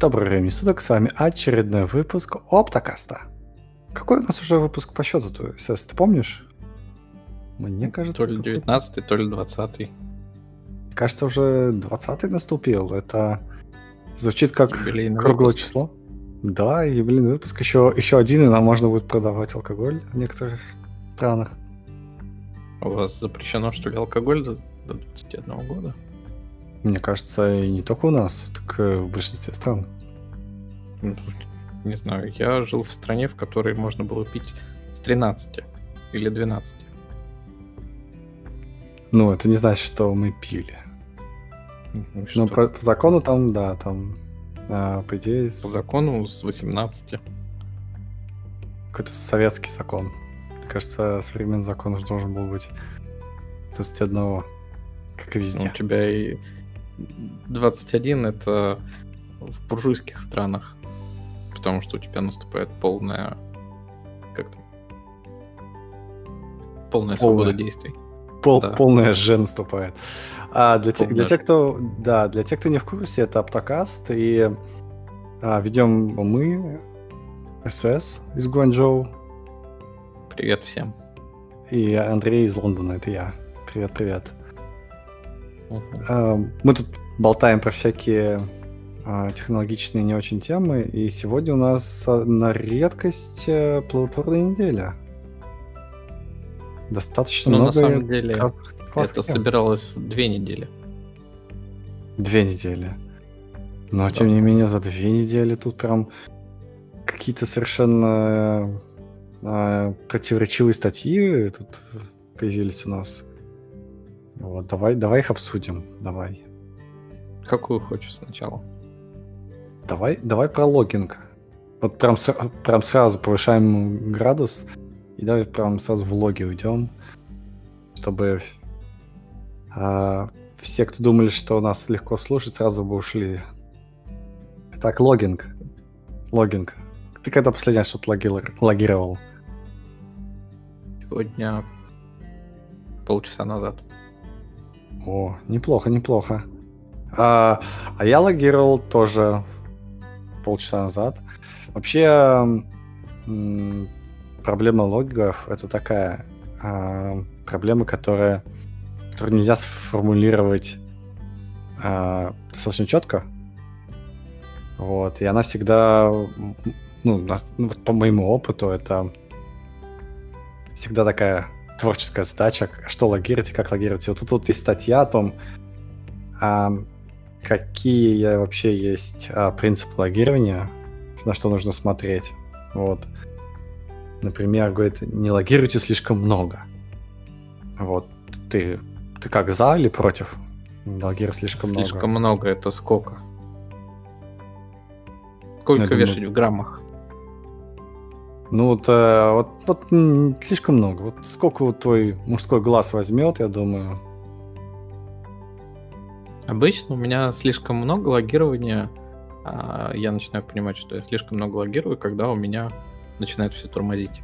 Доброго времени суток, с вами очередной выпуск Оптокаста. Какой у нас уже выпуск по счету-то, Сес, ты помнишь? Мне кажется... То ли 19-й, то ли 20-й. Кажется, уже 20-й наступил. Это звучит как Юбилейный круглое выпуск. число. Да, юбилейный выпуск. Еще один, и нам можно будет продавать алкоголь в некоторых странах. У вас запрещено, что ли, алкоголь до 21 года? Мне кажется, и не только у нас, так и в большинстве стран. Не знаю, я жил в стране, в которой можно было пить с 13 или 12. Ну, это не значит, что мы пили. Ну, по закону там, да, там, по идее... По закону с 18. Какой-то советский закон. Мне кажется, современный закон уже должен был быть 21, как и везде. У тебя и 21 это в буржуйских странах, потому что у тебя наступает полная свобода действий. Да. Полная Ж наступает. Для тех, кто не в курсе, это Оптокаст, и ведем мы, СС из Гуанчжоу. Привет всем. И Андрей из Лондона, это я. Привет. Uh-huh. Мы тут болтаем про всякие технологичные не очень темы, и сегодня у нас на редкость плодотворная неделя. Достаточно много. На самом деле это собиралось 2 недели. 2 недели. Но тем не менее за 2 недели тут прям какие-то совершенно противоречивые статьи тут появились у нас. Вот, давай их обсудим. Давай. Какую хочешь сначала? Давай про логинг. Вот прям сразу повышаем градус и давай прям сразу в логи уйдем, чтобы все, кто думали, что нас легко слушать, сразу бы ушли. Так, логинг. Ты когда последний раз что-то логировал? Сегодня полчаса назад. О, неплохо. А я логировал тоже полчаса назад. Вообще, проблема логов — это такая проблема, которую нельзя сформулировать достаточно четко. Вот. И она всегда, по моему опыту, это всегда такая творческая задача, что логировать и как логировать. И вот тут есть статья о том, какие вообще есть принципы логирования, на что нужно смотреть. Вот. Например, говорит, не логируйте слишком много. Вот. Ты как, за или против? Логировать слишком много. Слишком много это сколько? Сколько вешать в граммах? Ну вот слишком много. Вот сколько вот твой мужской глаз возьмет, я думаю. Обычно у меня слишком много логирования. Я начинаю понимать, что я слишком много логирую, когда у меня начинает все тормозить.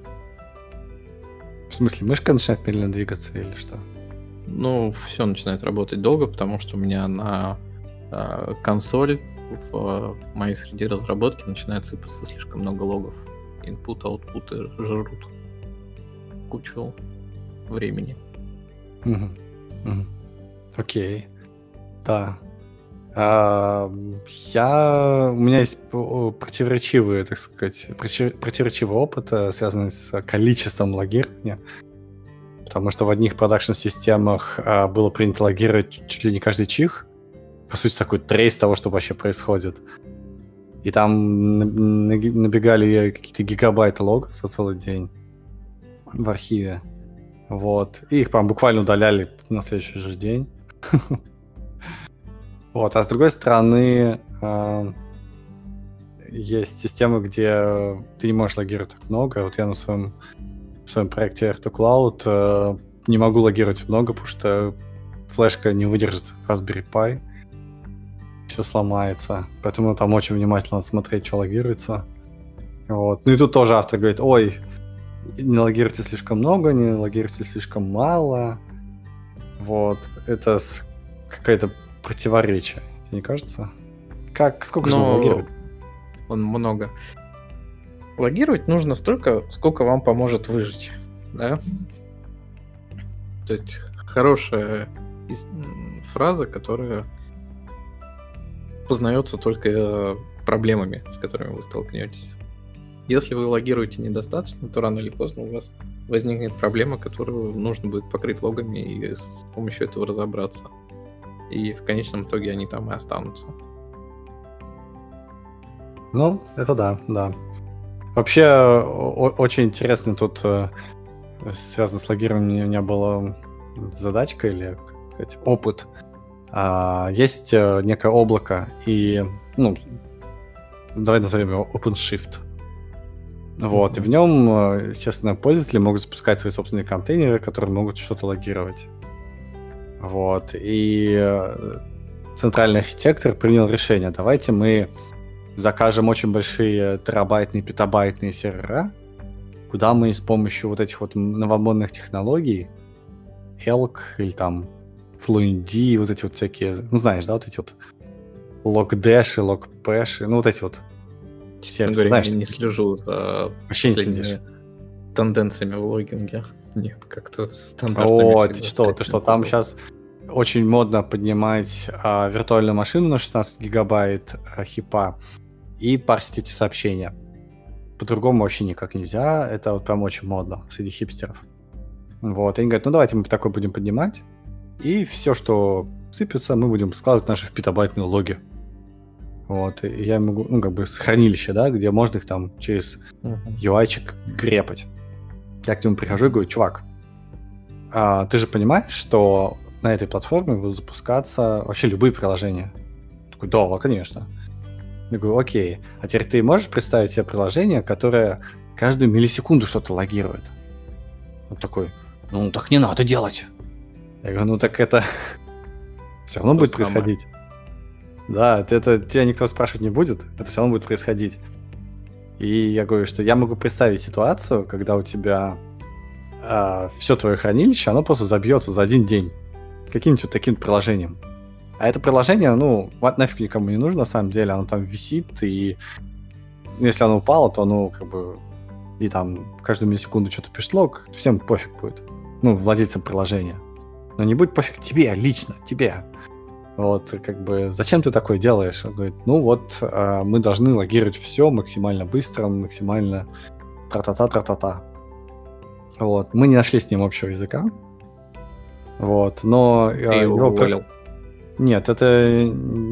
В смысле, мышка начинает медленно двигаться или что? Ну, все начинает работать долго, потому что у меня на консоль в моей среде разработки начинает сыпаться слишком много логов. Инпут, аутпуты жрут кучу времени. Окей. Да. У меня есть противоречивый опыт, связанный с количеством логирования. Потому что в одних продакшн-системах было принято логировать чуть ли не каждый чих. По сути, такой трейс того, что вообще происходит. И там набегали какие-то гигабайты логов за целый день в архиве. Вот. И их прям буквально удаляли на следующий же день. Вот. А с другой стороны, есть системы, где ты не можешь логировать так много. Вот я на своем проекте Air2Cloud не могу логировать много, потому что флешка не выдержит Raspberry Pi. Все сломается. Поэтому там очень внимательно надо смотреть, что логируется. Вот. Ну и тут тоже автор говорит, ой, не логируйте слишком много, не логируйте слишком мало. Вот. Это какое-то противоречие, не кажется? Сколько же надо логировать? Он много. Логировать нужно столько, сколько вам поможет выжить, да? То есть хорошая фраза, которая познается только проблемами, с которыми вы столкнетесь. Если вы логируете недостаточно, то рано или поздно у вас возникнет проблема, которую нужно будет покрыть логами и с помощью этого разобраться. И в конечном итоге они там и останутся. Ну, это да. Вообще, очень интересно тут, связано с логированием, у меня была задачка или, как сказать, опыт. Есть некое облако, и, давай назовем его OpenShift. Вот, и в нем, естественно, пользователи могут запускать свои собственные контейнеры, которые могут что-то логировать. Вот, и центральный архитектор принял решение, давайте мы закажем очень большие терабайтные, петабайтные сервера, куда мы с помощью вот этих вот новомодных технологий, Elk или там FluentD, вот эти вот всякие, знаешь, да, вот эти вот логдэши, логпэши, вот эти вот. Честно говоря, я не слежу за последними тенденциями в логинге. Нет, как-то стандартно. Ты что, там сейчас очень модно поднимать виртуальную машину на 16 гигабайт хипа и парсить эти сообщения. По-другому вообще никак нельзя. Это вот прям очень модно среди хипстеров. Вот, и они говорят, давайте мы такой будем поднимать, и все, что сыпется, мы будем складывать наши в петабайтные логи. Вот, и я могу, с хранилища, да, где можно их там через UI-чик грепать. Я к нему прихожу и говорю, чувак, ты же понимаешь, что на этой платформе будут запускаться вообще любые приложения? Такой, да, конечно. Я говорю, окей, а теперь ты можешь представить себе приложение, которое каждую миллисекунду что-то логирует? Он такой, так не надо делать. Я говорю, так это все равно будет происходить. Да, это тебя никто спрашивать не будет, это все равно будет происходить. И я говорю, что я могу представить ситуацию, когда у тебя все твое хранилище, оно просто забьется за один день каким-нибудь вот таким приложением. А это приложение, нафиг никому не нужно, на самом деле, оно там висит, и если оно упало, то оно и там каждую миллисекунду что-то пишет лог, всем пофиг будет. Владельцам приложения. Но не будет пофиг тебе, лично, тебе. Вот, зачем ты такое делаешь? Он говорит, мы должны логировать все максимально быстро, максимально тра-та-та. Вот, мы не нашли с ним общего языка. Вот, но... Ты его уволил? Нет, это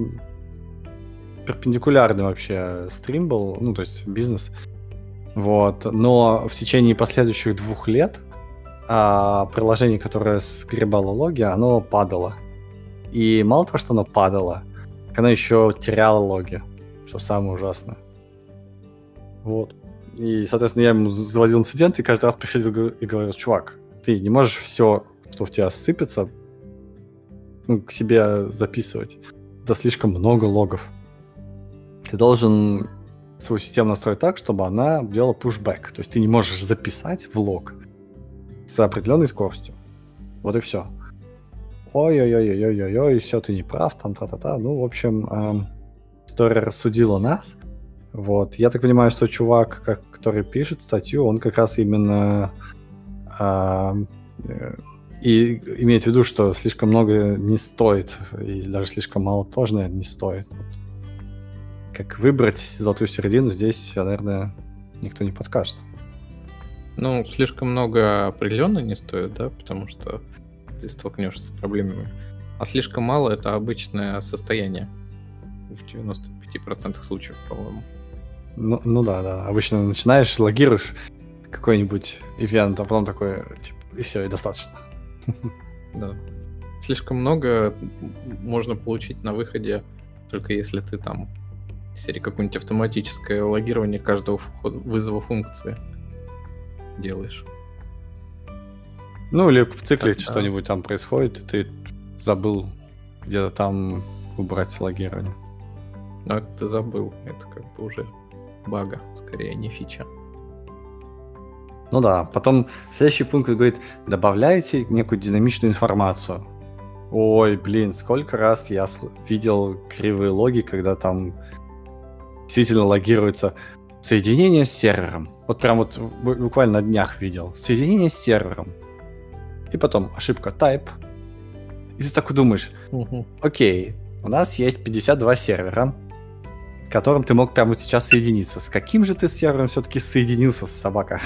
перпендикулярный вообще стрим был, то есть бизнес. Вот, но в течение последующих 2 лет приложение, которое сгребало логи, оно падало. И мало того, что оно падало, так оно еще теряло логи, что самое ужасное. Вот. И, соответственно, я ему заводил инцидент, и каждый раз приходил и говорил, чувак, ты не можешь все, что в тебя сыпется, к себе записывать. Это слишком много логов. Ты должен свою систему настроить так, чтобы она делала pushback. То есть ты не можешь записать в лог с определенной скоростью. Вот и все. Ой-ой-ой-ой-ой-ой, все, ты не прав, там, та-та-та. В общем, история рассудила нас. Вот. Я так понимаю, что чувак, который пишет статью, он как раз именно и имеет в виду, что слишком много не стоит, и даже слишком мало тоже, наверное, не стоит. Как выбрать золотую середину, здесь, наверное, никто не подскажет. Слишком много определенно не стоит, да, потому что ты столкнешься с проблемами. А слишком мало — это обычное состояние. В 95% случаев, по-моему. Да. Обычно начинаешь, логируешь какой-нибудь ивент, а потом такой, и все, и достаточно. Да. Слишком много можно получить на выходе, только если ты там в серии какое-нибудь автоматическое логирование каждого вызова функции делаешь. Или в цикле что-нибудь там происходит, и ты забыл где-то там убрать логирование. Это ты забыл. Это уже бага, скорее, не фича. Потом следующий пункт говорит, добавляйте некую динамичную информацию. Ой, блин, сколько раз я видел кривые логи, когда там действительно логируется соединение с сервером. Вот прям вот буквально на днях видел. Соединение с сервером. И потом ошибка type. И ты такой думаешь, окей, у нас есть 52 сервера, к которым ты мог прямо сейчас соединиться. С каким же ты сервером все-таки соединился, собака?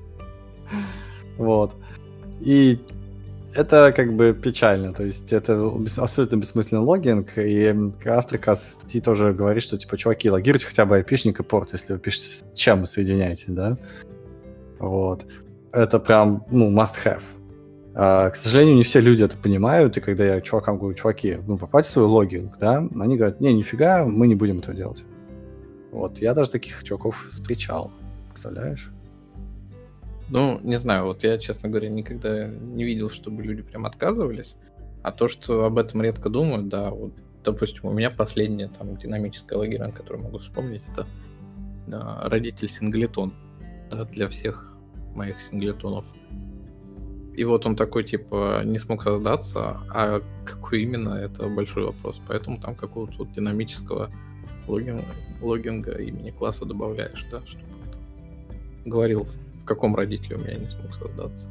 Вот. И это как бы печально, то есть это абсолютно бессмысленный логинг, и автор как раз статьи тоже говорит, что типа, чуваки, логируйте хотя бы айпишник и порт, если вы пишете, с чем вы соединяетесь, да? Вот. Это прям, must have. К сожалению, не все люди это понимают, и когда я чувакам говорю, чуваки, попадьте в свой логинг, да, они говорят, не, нифига, мы не будем этого делать. Вот, я даже таких чуваков встречал, представляешь? Ну, не знаю, вот я, честно говоря, никогда не видел, чтобы люди прям отказывались, а то, что об этом редко думают, да, вот, допустим, у меня последнее там динамическое логирование, которое могу вспомнить, это родитель синглетон, да, для всех моих синглетонов. И вот он такой, типа, не смог создаться, а какой именно, это большой вопрос, поэтому там какого-то вот динамического логинга имени класса добавляешь, да, чтобы говорил, в каком родителе у меня не смог создаться.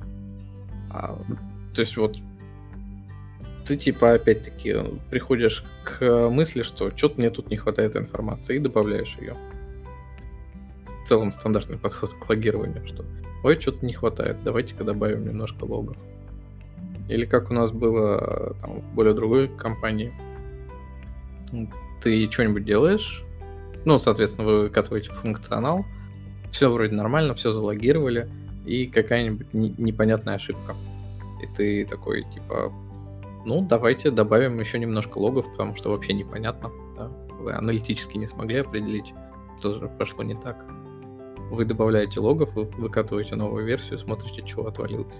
То есть вот ты типа опять-таки приходишь к мысли, что что-то мне тут не хватает информации, и добавляешь ее. В целом стандартный подход к логированию, что ой, что-то не хватает, давайте-ка добавим немножко логов. Или как у нас было там, в более другой компании. Ты что-нибудь делаешь, соответственно, вы выкатываете функционал, все вроде нормально, все залогировали, и какая-нибудь непонятная ошибка. И ты такой, типа, давайте добавим еще немножко логов, потому что вообще непонятно. Да? Вы аналитически не смогли определить, что же пошло не так. Вы добавляете логов, вы выкатываете новую версию, смотрите, чего отвалилось.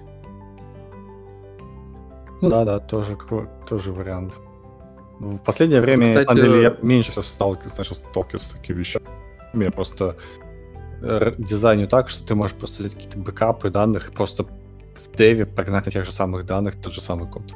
Да, тоже вариант. В последнее время, кстати, на самом деле, я меньше всего сталкиваться с такими вещами. Я просто дизайню так, что ты можешь просто взять какие-то бэкапы данных и просто в деве прогнать на тех же самых данных тот же самый код.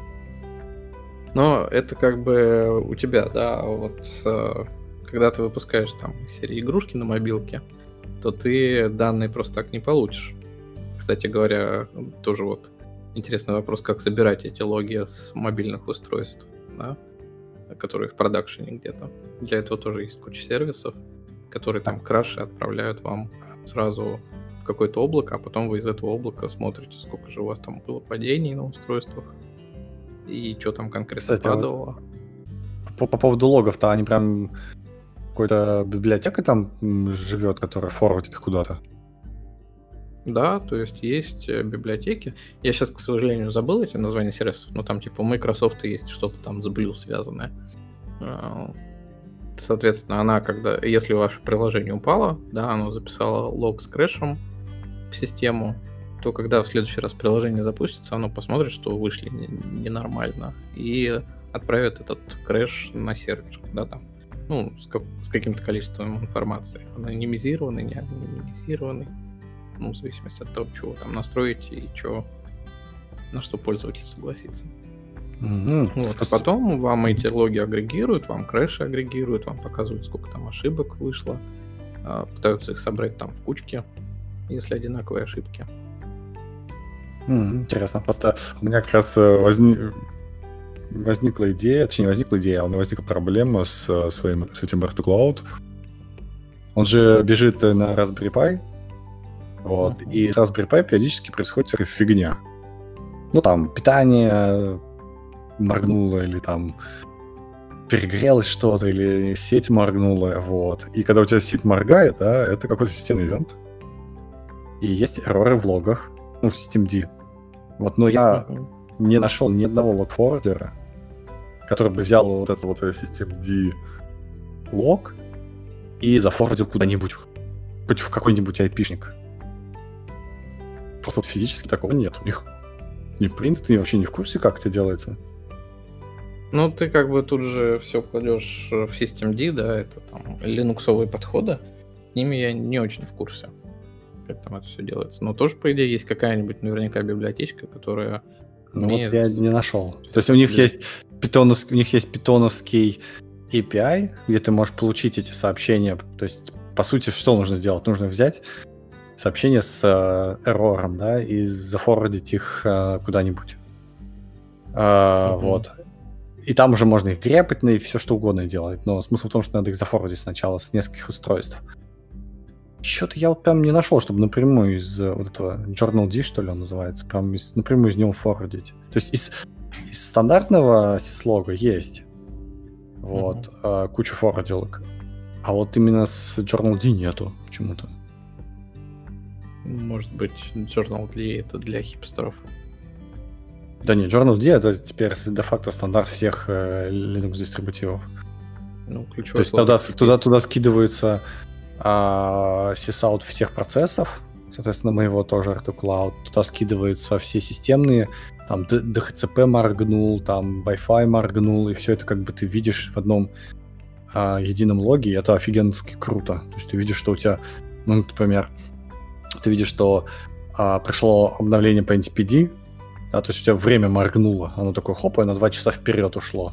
Но это как бы у тебя, да, вот когда ты выпускаешь там серии игрушки на мобилке, то ты данные просто так не получишь. Кстати говоря, тоже вот интересный вопрос, как собирать эти логи с мобильных устройств, да, которые в продакшене где-то. Для этого тоже есть куча сервисов, которые там краши отправляют вам сразу в какое-то облако, а потом вы из этого облака смотрите, сколько же у вас там было падений на устройствах и что там конкретно падало. По поводу логов-то они прям какой-то библиотека там живет, которая форвардит их куда-то. Да, то есть библиотеки. Я сейчас, к сожалению, забыл эти названия сервисов, но там типа у Microsoft есть что-то там с Blue связанное. Соответственно, если ваше приложение упало, да, оно записало лог с крэшем в систему, то когда в следующий раз приложение запустится, оно посмотрит, что вышли ненормально, и отправит этот крэш на сервер, да, там, с каким-то количеством информации. Анонимизированный, не анонимизированный, в зависимости от того, чего там настроить и на что пользователь согласится. Вот, а потом вам эти логи агрегируют, вам крэши агрегируют, вам показывают, сколько там ошибок вышло, пытаются их собрать там в кучке, если одинаковые ошибки. Интересно, просто у меня как раз возникла идея, точнее не возникла идея, а у меня возникла проблема с этим R2Cloud. Он же бежит на Raspberry Pi, вот, и с Raspberry Pi периодически происходит всякая фигня. Там питание моргнуло, или там перегрелось что-то, или сеть моргнула, вот. И когда у тебя сеть моргает, да, это какой-то системный ивент. И есть эрроры в логах, в systemd. Вот, но я не нашел ни одного лог-форвардера, который бы взял вот этот вот systemd лог и зафорвардил куда-нибудь, хоть в какой-нибудь айпишник. Просто физически такого нет. У них не принято, ты вообще не в курсе, как это делается. Ты как бы тут же все кладешь в systemd, да, это там линуксовые подходы. С ними я не очень в курсе, как там это все делается. Но тоже, по идее, есть какая-нибудь наверняка библиотечка, которая Ну вот я не нашел. То есть у них есть питоновский API, где ты можешь получить эти сообщения. То есть, по сути, что нужно сделать? Нужно взять сообщения с эррором, да, и зафорвардить их куда-нибудь. Вот. И там уже можно их грепать, и все что угодно делать. Но смысл в том, что надо их зафорвардить сначала с нескольких устройств. Что-то я вот прям не нашел, чтобы напрямую из вот этого journald, что ли он называется, прям напрямую из него форвардить. То есть из стандартного syslog есть вот куча форвардилок, а вот именно с journald нету почему-то. Может быть, journald это для хипстеров. Да не, journald это теперь де-факто стандарт всех Linux-дистрибутивов. Ну, ключевое. То есть туда скидываются sysout всех процессов, соответственно, моего тоже R2Cloud, туда скидываются все системные, там DHCP моргнул, там Wi-Fi моргнул, и все это как бы ты видишь в одном едином логе, и это офигенно круто. То есть ты видишь, что у тебя, ну, например, ты видишь, что пришло обновление по NTPD, да, то есть у тебя время моргнуло, оно такое хоп, и на 2 часа вперед ушло.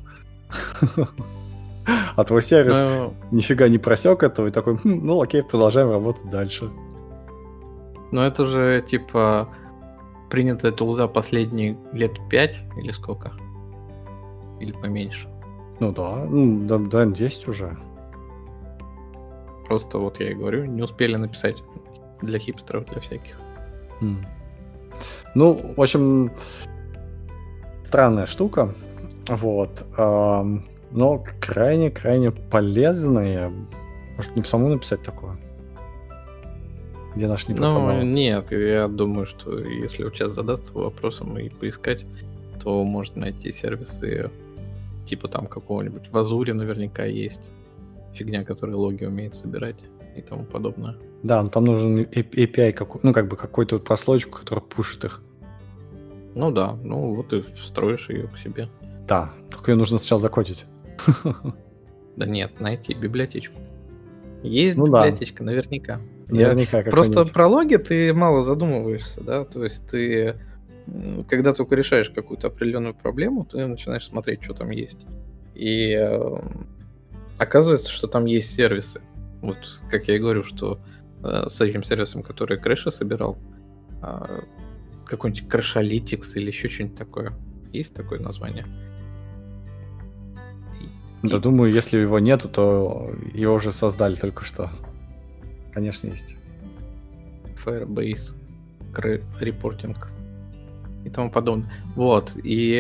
А твой сервис нифига не просек этого и такой, ну окей, продолжаем работать дальше. Ну это же типа принятая тулза последние лет 5 или сколько? Или поменьше? Ну да, 10 уже. Просто вот я и говорю, не успели написать для хипстеров, для всяких. Ну, в общем, странная штука. Вот. Но крайне полезная. Может, не самому написать такое? Где наш Ну, нет, я думаю, что если вот сейчас задаться вопросом и поискать, то можно найти сервисы типа там какого-нибудь в Азуре наверняка есть фигня, которая логи умеет собирать и тому подобное. Да, но там нужен API, какую-то прослойку, которая пушит их. Ну да, ну вот и встроишь ее к себе. Да, только ее нужно сначала закодить. Да нет, найти библиотечку. Есть библиотечка, наверняка. Наверняка. Просто про логи ты мало задумываешься, да, то есть ты, когда только решаешь какую-то определенную проблему, ты начинаешь смотреть, что там есть. И оказывается, что там есть сервисы. Вот, как я и говорю, что с этим сервисом, который Крэша собирал, какой-нибудь Crashalytics или еще что-нибудь такое. Есть такое название? Да, думаю, если его нету, то его уже создали только что. Конечно, есть. Firebase, Reporting и тому подобное. Вот, и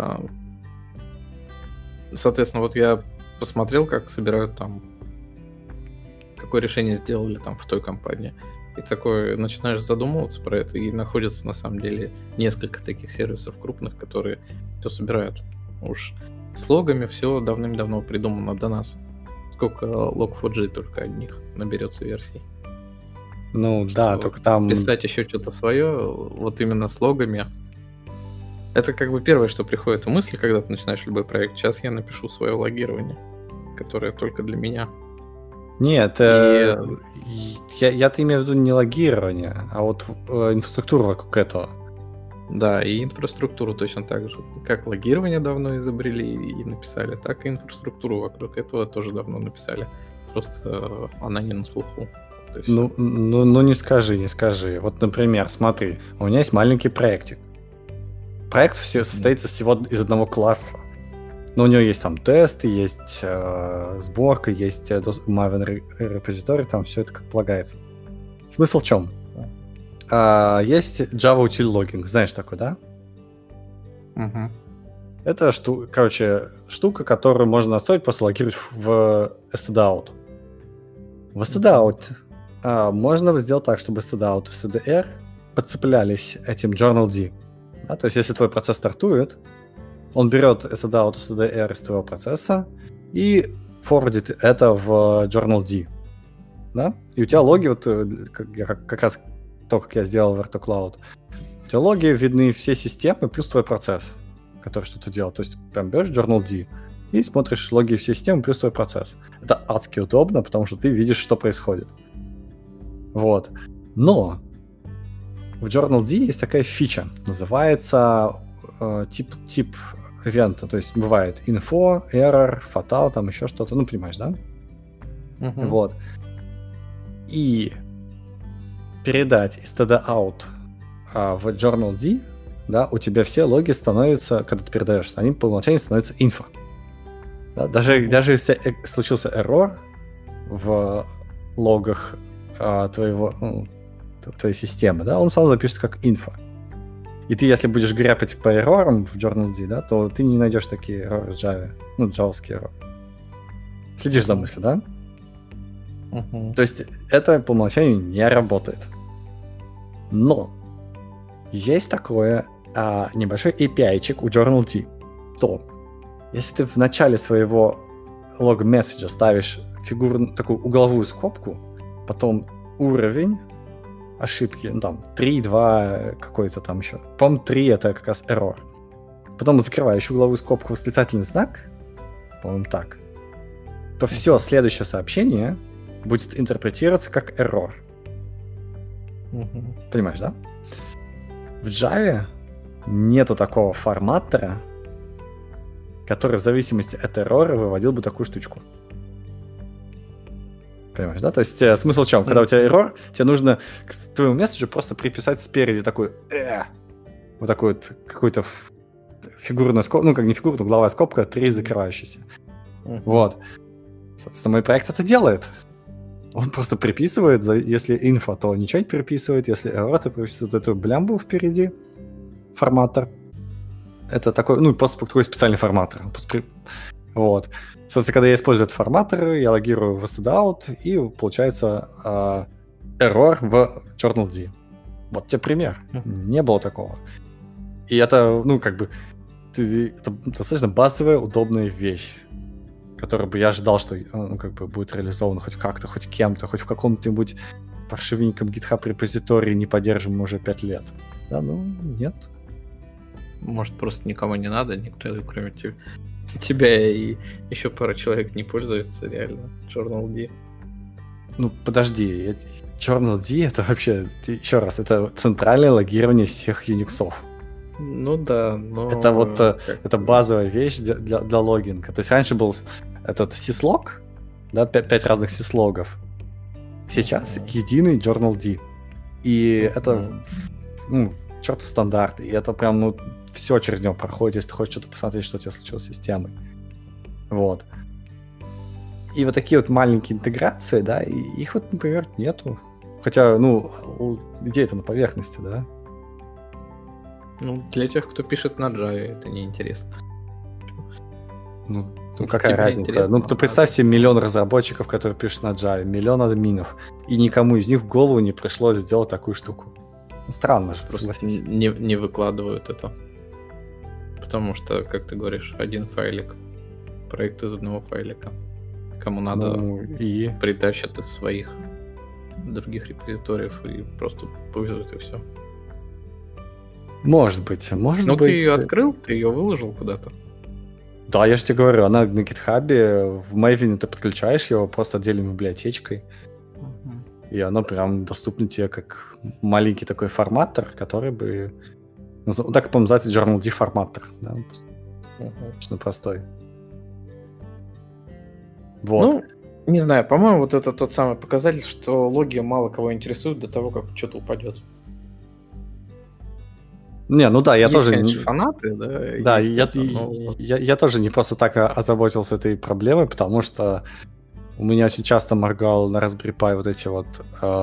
соответственно, вот я посмотрел, как собирают там, какое решение сделали там в той компании. И такой начинаешь задумываться про это, и находится на самом деле несколько таких сервисов крупных, которые все собирают. Уж с логами все давным-давно придумано до нас. Сколько Log4j только одних наберется версий. Ну да, только там... Писать еще что-то свое, вот именно с логами. Это как бы первое, что приходит в мысль, когда ты начинаешь любой проект. Сейчас я напишу свое логирование, которое только для меня. Нет, я-то имею в виду не логирование, а вот инфраструктуру вокруг этого. Да, и инфраструктуру точно так же. Как логирование давно изобрели и написали, так и инфраструктуру вокруг этого тоже давно написали. Просто она не на слуху. Ну, не скажи. Вот, например, смотри, у меня есть маленький проектик. Проект состоит всего из одного класса. Но у него есть там тесты, есть сборка, есть Maven репозиторий, там все это как полагается. Смысл в чем? Есть Java Util Logging, знаешь такой, да? Угу. Это штука, которую можно настроить, просто логировать в stdout. В stdout можно сделать так, чтобы stdout и stdr подцеплялись этим journald. Да? То есть, если твой процесс стартует, он берет stdout и stdr из твоего процесса и форвардит это в journald. Да? И у тебя логи, вот как раз то, как я сделал в R2Cloud, у тебя логи видны все системы плюс твой процесс, который что-то делал. То есть прям берешь journald и смотришь логи всей системы плюс твой процесс. Это адски удобно, потому что ты видишь, что происходит. Вот. Но в journald есть такая фича, называется тип ивента. То есть бывает info, error, fatal, там еще что-то. Ну, понимаешь, да? Вот. И передать из std_out в journald, да, у тебя все логи становятся, когда ты передаешь, они по умолчанию становятся info. Да? Даже если случился error в логах твоей системы, да, он сразу запишется как info. И ты, если будешь гряпать по эррорам в journald, да, то ты не найдешь такие эрроры в Java, ну, джавовские эрроры. Следишь за мыслью, да? То есть это по умолчанию не работает. Но есть такое небольшой API-чик у journald, то если ты в начале своего лог-месседжа ставишь такую угловую скобку, потом уровень ошибки, ну там 3, 2, какой-то там еще. По-моему, 3 это как раз error. Потом закрываешь угловую скобку, восклицательный знак, по-моему, так, то все следующее сообщение будет интерпретироваться как error. Понимаешь, да? В Java нету такого форматора, который в зависимости от эррора выводил бы такую штучку. Понимаешь, да? То есть смысл в чем? Когда у тебя error, тебе нужно к твоему месседжу просто приписать спереди такой вот такой вот какой-то фигурная скобка, ну как не фигурная, угловая скобка, 3 закрывающиеся. Вот. Соответственно, мой проект это делает. Он просто приписывает, если инфо, то ничего не переписывает, если error, то приписывает эту блямбу впереди, форматор. Это такой, ну, просто такой специальный форматор. Вот. Соответственно, когда я использую этот форматор, я логирую в std_out, и получается error в journald. Вот тебе пример. Не было такого. И это, ну, как бы, это достаточно базовая, удобная вещь, которую бы я ожидал, что, ну, как бы, будет реализована хоть как-то, хоть кем-то, хоть в каком-нибудь паршивеньком GitHub репозитории, не поддерживаем уже 5 лет. Да, ну, нет. Может, просто никому не надо, никто, кроме тебя и еще пара человек не пользуется реально journald. Ну, подожди, journald это вообще, еще раз, это центральное логирование всех юниксов. Ну да, но... Это вот, это базовая вещь для логинга. То есть раньше был этот syslog, да, 5 разных syslogов. Сейчас единый journald. И это, ну, чертов стандарт. И это прям, ну, все через него проходит, если ты хочешь что-то посмотреть, что у тебя случилось с системой. Вот. И вот такие вот маленькие интеграции, да, и их вот, например, нету. Хотя, ну, идея-то на поверхности, да. Ну, для тех, кто пишет на Java, это неинтересно. Ну какая разница? Ну, ты представь себе миллион разработчиков, которые пишут на Java, миллион админов, и никому из них в голову не пришло сделать такую штуку. Ну, странно же, согласись. Не выкладывают это. Потому что, как ты говоришь, один файлик. Проект из одного файлика. Кому надо, притащат из своих других репозиториев и просто повезут, и все. Может быть. Но ты ее открыл, ты ее выложил куда-то? Да, я же тебе говорю, она на GitHub, в Maven ты подключаешь его просто отдельной библиотечкой, и оно прям доступно тебе как маленький такой форматор, который бы... Ну, так, по-моему, называется journald форматор, да? Очень простой. Вот. Ну, не знаю, по-моему, вот это тот самый показатель, что логи мало кого интересуют до того, как что-то упадет. Не, ну да, я есть, тоже... конечно, фанаты, да. Да, я тоже не просто так озаботился этой проблемой, потому что у меня очень часто моргал на Raspberry Pi вот эти вот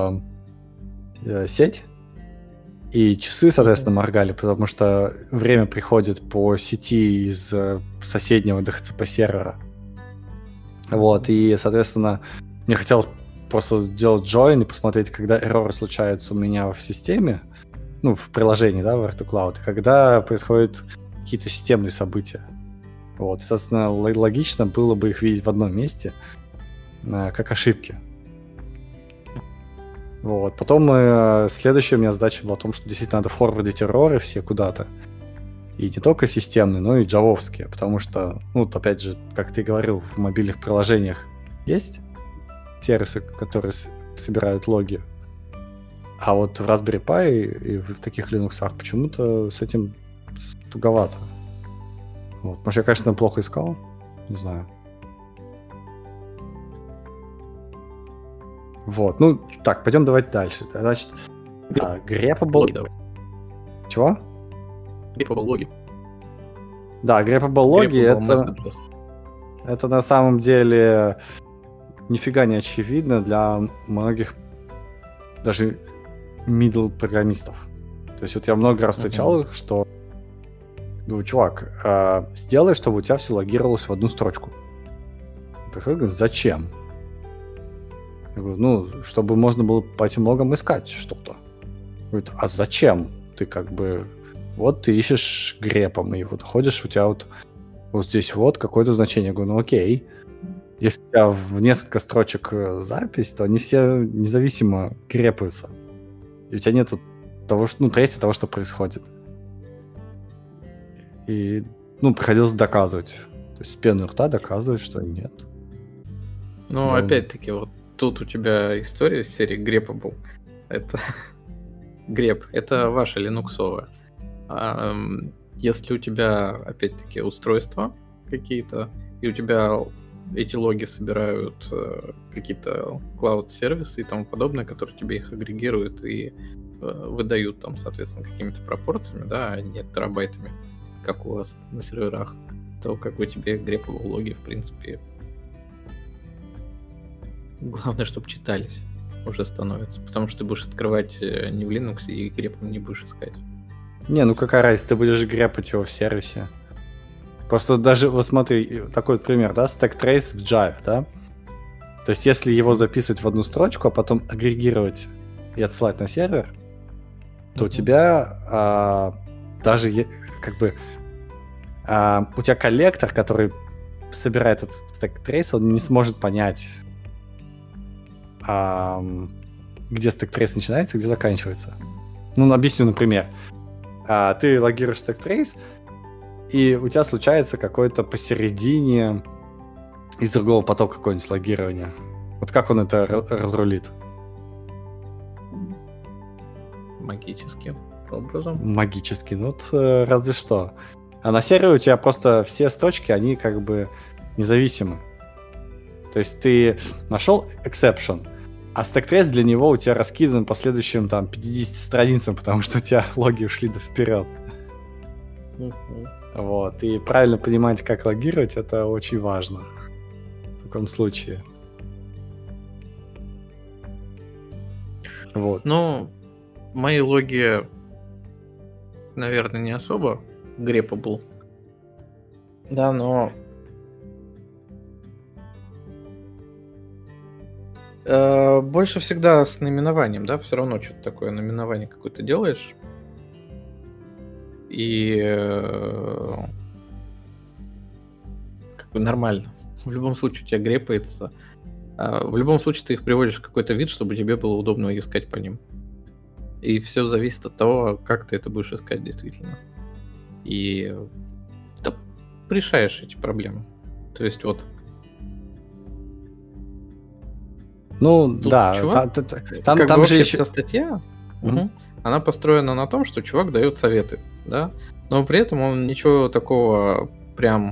сеть, и часы, соответственно, моргали, потому что время приходит по сети из соседнего DHCP сервера. Вот, и, соответственно, мне хотелось просто сделать join и посмотреть, когда эрроры случаются у меня в системе, ну, в приложении, да, в R2Cloud, когда происходят какие-то системные события. Вот, соответственно, логично было бы их видеть в одном месте, как ошибки. Вот, потом следующая у меня задача была в том, что действительно надо форвардить эрроры все куда-то. И не только системные, но и джавовские, потому что, ну, вот опять же, как ты говорил, в мобильных приложениях есть сервисы, которые собирают логи. А вот в Raspberry Pi и в таких Linux почему-то с этим туговато. Вот. Может, я, конечно, плохо искал, не знаю. Вот, ну, так, пойдем давайте дальше. Значит, grepable... Чего? Grepable логи. Да, grepable логи это на самом деле нифига не очевидно для многих даже middle программистов. То есть вот я много раз встречал их, что говорю, чувак, сделай, чтобы у тебя все логировалось в одну строчку. Приходит, говорит, зачем? Я говорю, ну, чтобы можно было по этим логам искать что-то. Говорит, а зачем? Ты как бы... Вот ты ищешь грепом, и вот ходишь, у тебя вот здесь вот какое-то значение. Я говорю, ну окей. Если у тебя в несколько строчек запись, то они все независимо грепаются. И у тебя нету того, что, ну, трети того, что происходит. И, ну, приходилось доказывать. То есть с пеной у рта доказывать, что нет. Ну, да. Опять-таки, вот тут у тебя история из серии Grepable. Это Grep, это ваша линуксовая. Если у тебя, опять-таки, устройства какие-то, и у тебя эти логи собирают какие-то клауд-сервисы и тому подобное, которые тебе их агрегируют и выдают там, соответственно, какими-то пропорциями, да, а не терабайтами, как у вас на серверах, то как бы тебе grepable логи, в принципе, главное, чтобы читались уже становится, потому что ты будешь открывать не в Linux и грепом не будешь искать. Не, ну какая разница, ты будешь грепать его в сервисе. Просто даже, вот смотри, такой пример, да, stack trace в Java, да? То есть если его записывать в одну строчку, а потом агрегировать и отсылать на сервер, то у тебя даже как бы у тебя коллектор, который собирает этот stack trace, он не сможет понять, где stack trace начинается, где заканчивается. Ну, объясню, например. Ты логируешь stack trace, и у тебя случается какое-то посередине из другого потока какое-нибудь логирование. Вот как он это разрулит? Магическим образом. Магически, ну вот разве что. А на сервере у тебя просто все строчки, они как бы независимы. То есть ты нашел exception, а stack trace для него у тебя раскидан по следующим там 50 страницам, потому что у тебя логи ушли вперед. Вот. И правильно понимать, как логировать, это очень важно в таком случае. Вот. Ну, мои логи, наверное, не особо grepable. Да, но больше всегда с наименованием, да, все равно что-то такое наименование какое-то делаешь. И как бы нормально. В любом случае у тебя грепается. В любом случае ты их приводишь в какой-то вид, чтобы тебе было удобно искать по ним. И все зависит от того, как ты это будешь искать действительно. И ты решаешь эти проблемы. То есть вот. Ну, тут да, чувак, там же еще вся статья. Она построена на том, что чувак дает советы, да, но при этом он ничего такого прям...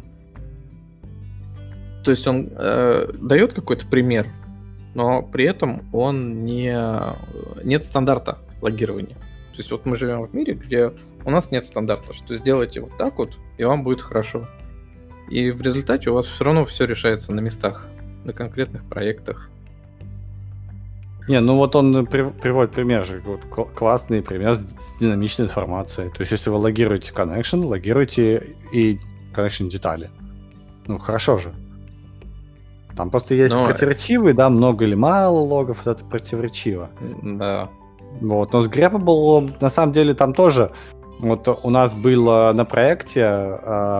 То есть он дает какой-то пример, но при этом он нет стандарта логирования. То есть вот мы живем в мире, где у нас нет стандарта, что сделайте вот так вот, и вам будет хорошо. И в результате у вас все равно все решается на местах, на конкретных проектах. Не, ну вот он приводит пример же, вот классный пример с динамичной информацией. То есть если вы логируете connection, логируйте и connection детали. Ну, хорошо же. Там просто есть противоречивые, да, много или мало логов, это противоречиво. Да. Вот, но с grepable, на самом деле, там тоже, вот у нас было на проекте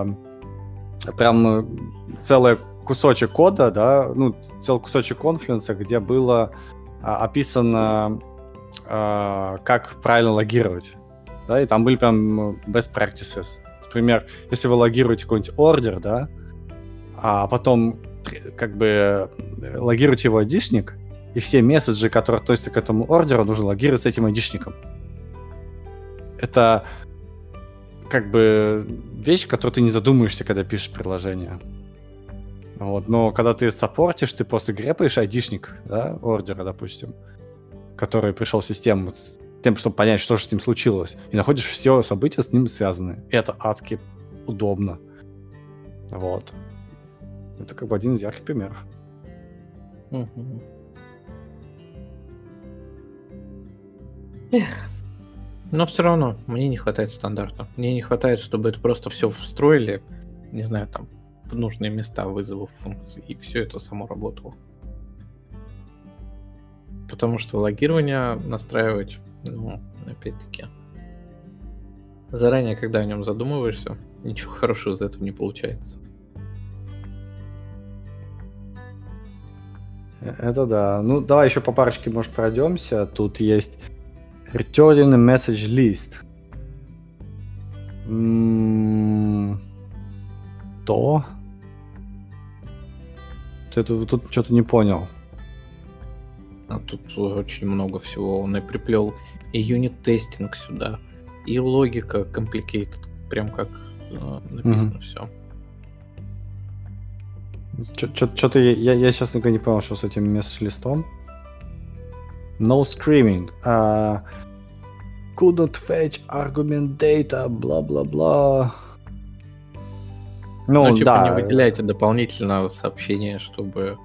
прям целый кусочек кода, да, ну, целый кусочек Confluence, где было описано, как правильно логировать, да, и там были прям best practices. Например, если вы логируете какой-нибудь ордер, да, а потом как бы логируете его айдишник, и все месседжи, которые относятся к этому ордеру, нужно логировать с этим айдишником. Это как бы вещь, которую ты не задумаешься, когда пишешь приложение. Вот. Но когда ты саппортишь, ты просто грепаешь айдишник, да, ордера, допустим, который пришел в систему с тем, чтобы понять, что же с ним случилось, и находишь все события с ним связанные. Это адски удобно. Вот. Это как бы один из ярких примеров. Мгм. Но все равно мне не хватает стандарта. Мне не хватает, чтобы это просто все встроили, не знаю, там, в нужные места вызовов функций, и все это само работало. Потому что логирование настраивать, ну, опять-таки, заранее, когда о нем задумываешься, ничего хорошего из этого не получается. Это да. Ну, давай еще по парочке, может, пройдемся. Тут есть Return Message List. То? Ты тут что-то не понял. А тут очень много всего. Он и приплел и юнит-тестинг сюда, и логика complicated, прям как написано все. Что-то я честно говоря, не понял, что с этим месседж-листом. No screaming. Couldn't fetch argument data, бла-бла-бла. Ну, типа, да. не выделяйте дополнительно сообщения, чтобы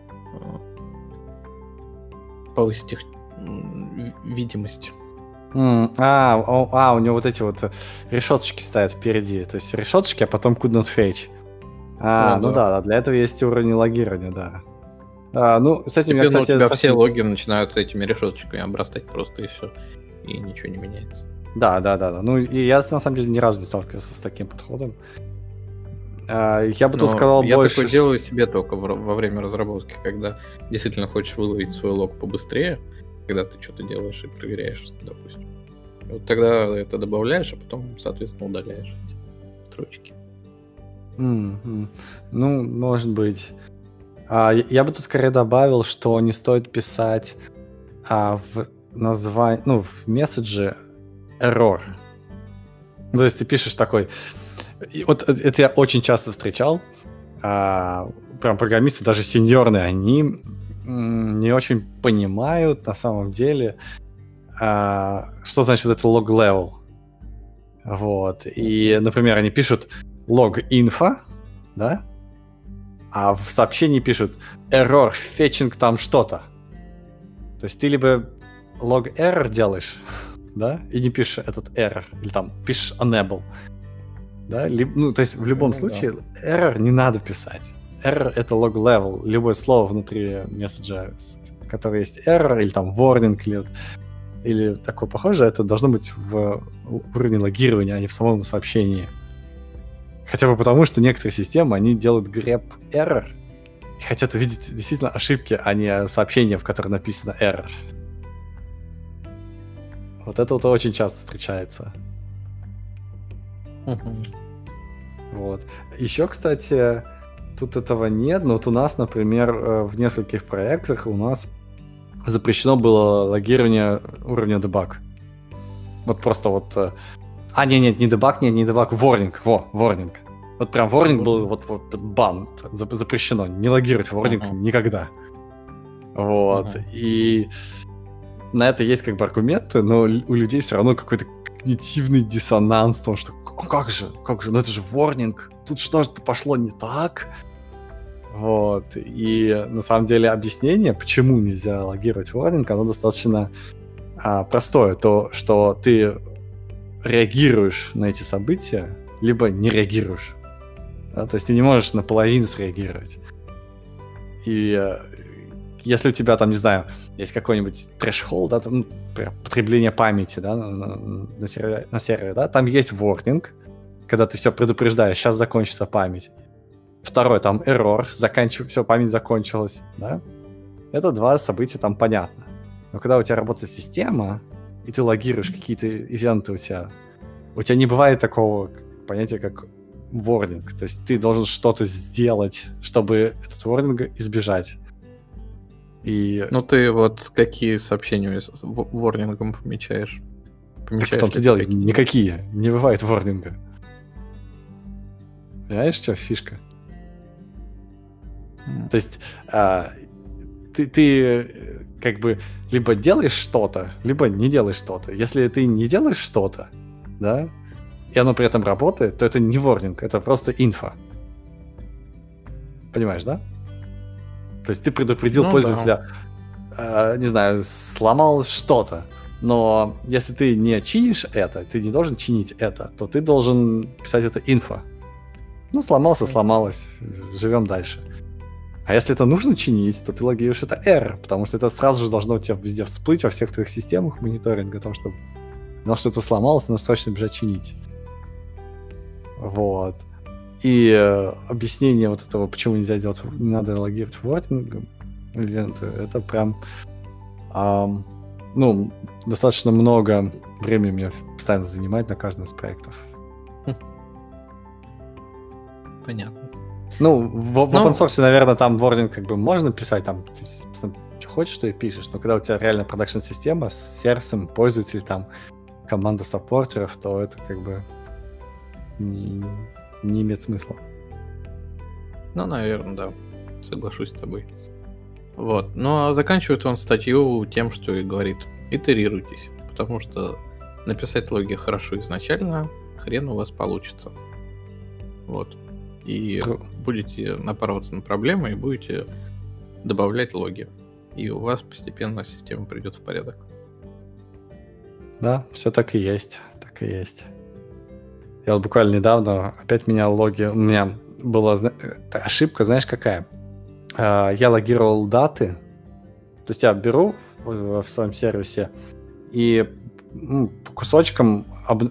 повысить их видимость. У него вот эти вот решеточки стоят впереди. То есть решеточки, а потом couldn't fetch. Да, для этого есть уровень логирования, да. С этим Теперь, я, кстати... у тебя все логи начинают этими решеточками обрастать просто и все. И ничего не меняется. Да. Ну, и я, на самом деле, ни разу не сталкивался с таким подходом. Я бы тут сказал я больше... Я такое делаю себе только во время разработки, когда действительно хочешь выловить свой лог побыстрее, когда ты что-то делаешь и проверяешь, допустим. Вот тогда это добавляешь, а потом, соответственно, удаляешь эти строчки. Ну, может быть. Я бы тут скорее добавил, что не стоит писать в названии, в месседже error. То есть ты пишешь такой... И вот это я очень часто встречал. Прям программисты, даже сеньорные, они не очень понимают на самом деле, что значит вот это log level. Вот. И, например, они пишут log info, да? А в сообщении пишут error fetching там что-то. То есть ты либо log error делаешь, да, и не пишешь этот error, или там пишешь enable, да, то есть в любом случае error не надо писать. Error — это log level, любое слово внутри месседжа, которое есть error, или там warning, или такое похожее, это должно быть в уровне логирования, а не в самом сообщении. Хотя бы потому, что некоторые системы, они делают grep error и хотят увидеть действительно ошибки, а не сообщения, в котором написано error. Вот это вот очень часто встречается. Вот. Еще, кстати, тут этого нет, но вот у нас, например, в нескольких проектах у нас запрещено было логирование уровня debug. Вот просто вот... не debug, warning. Warning. Вот прям warning был, вот бан, запрещено. Не логировать warning никогда. Вот. И на это есть как бы аргументы, но у людей все равно какой-то когнитивный диссонанс в том, что как же, ну это же warning, тут что-то пошло не так. Вот. И на самом деле объяснение, почему нельзя логировать warning, оно достаточно простое. То, что ты реагируешь на эти события, либо не реагируешь. Да? То есть ты не можешь наполовину среагировать. И если у тебя там, не знаю, есть какой-нибудь threshold, да, там, потребление памяти, да, на сервере, да, там есть warning, когда ты все предупреждаешь, сейчас закончится память. Второй, там error, все, память закончилась, да. Это два события, там понятно. Но когда у тебя работает система, и ты логируешь какие-то ивенты у тебя не бывает такого понятия, как warning. То есть ты должен что-то сделать, чтобы этот warning избежать. И... Ну ты вот какие сообщения с ворнингом помечаешь? Так в помечаешь том-то ли дело, ты какие-нибудь? никакие. Не бывает ворнинга. Понимаешь, что фишка? То есть ты как бы либо делаешь что-то, либо не делаешь что-то. Если ты не делаешь что-то, да, и оно при этом работает, то это не ворнинг, это просто инфа. Понимаешь, да? То есть ты предупредил Ну да. пользователя, не знаю, сломалось что-то. Но если ты не чинишь это, ты не должен чинить это, то ты должен писать это инфо. Ну, сломалось, живем дальше. А если это нужно чинить, то ты логируешь это error, потому что это сразу же должно у тебя везде всплыть во всех твоих системах мониторинга, о том, что что-то сломалось, надо срочно бежать чинить. Вот. И объяснение вот этого, почему нельзя делать, не надо логировать ворнинг ивенты, это прям достаточно много времени мне постоянно занимает на каждом из проектов. Понятно. Ну, в open source, наверное, там ворнинг как бы можно писать, там ты, что хочешь, что и пишешь, но когда у тебя реально продакшн-система с сервисом, пользователей, там, команда саппортеров, то это как бы не имеет смысла. Ну, наверное, да. Соглашусь с тобой. Вот. Ну, а заканчивает он статью тем, что и говорит: итерируйтесь, потому что написать логи хорошо изначально, хрен у вас получится. Вот. И будете напарываться на проблемы и будете добавлять логи. И у вас постепенно система придет в порядок. Да, все так и есть. Так и есть. Я вот буквально недавно опять менял логи. У меня была ошибка, знаешь, какая? Я логировал даты. То есть я беру в своем сервисе и по кусочкам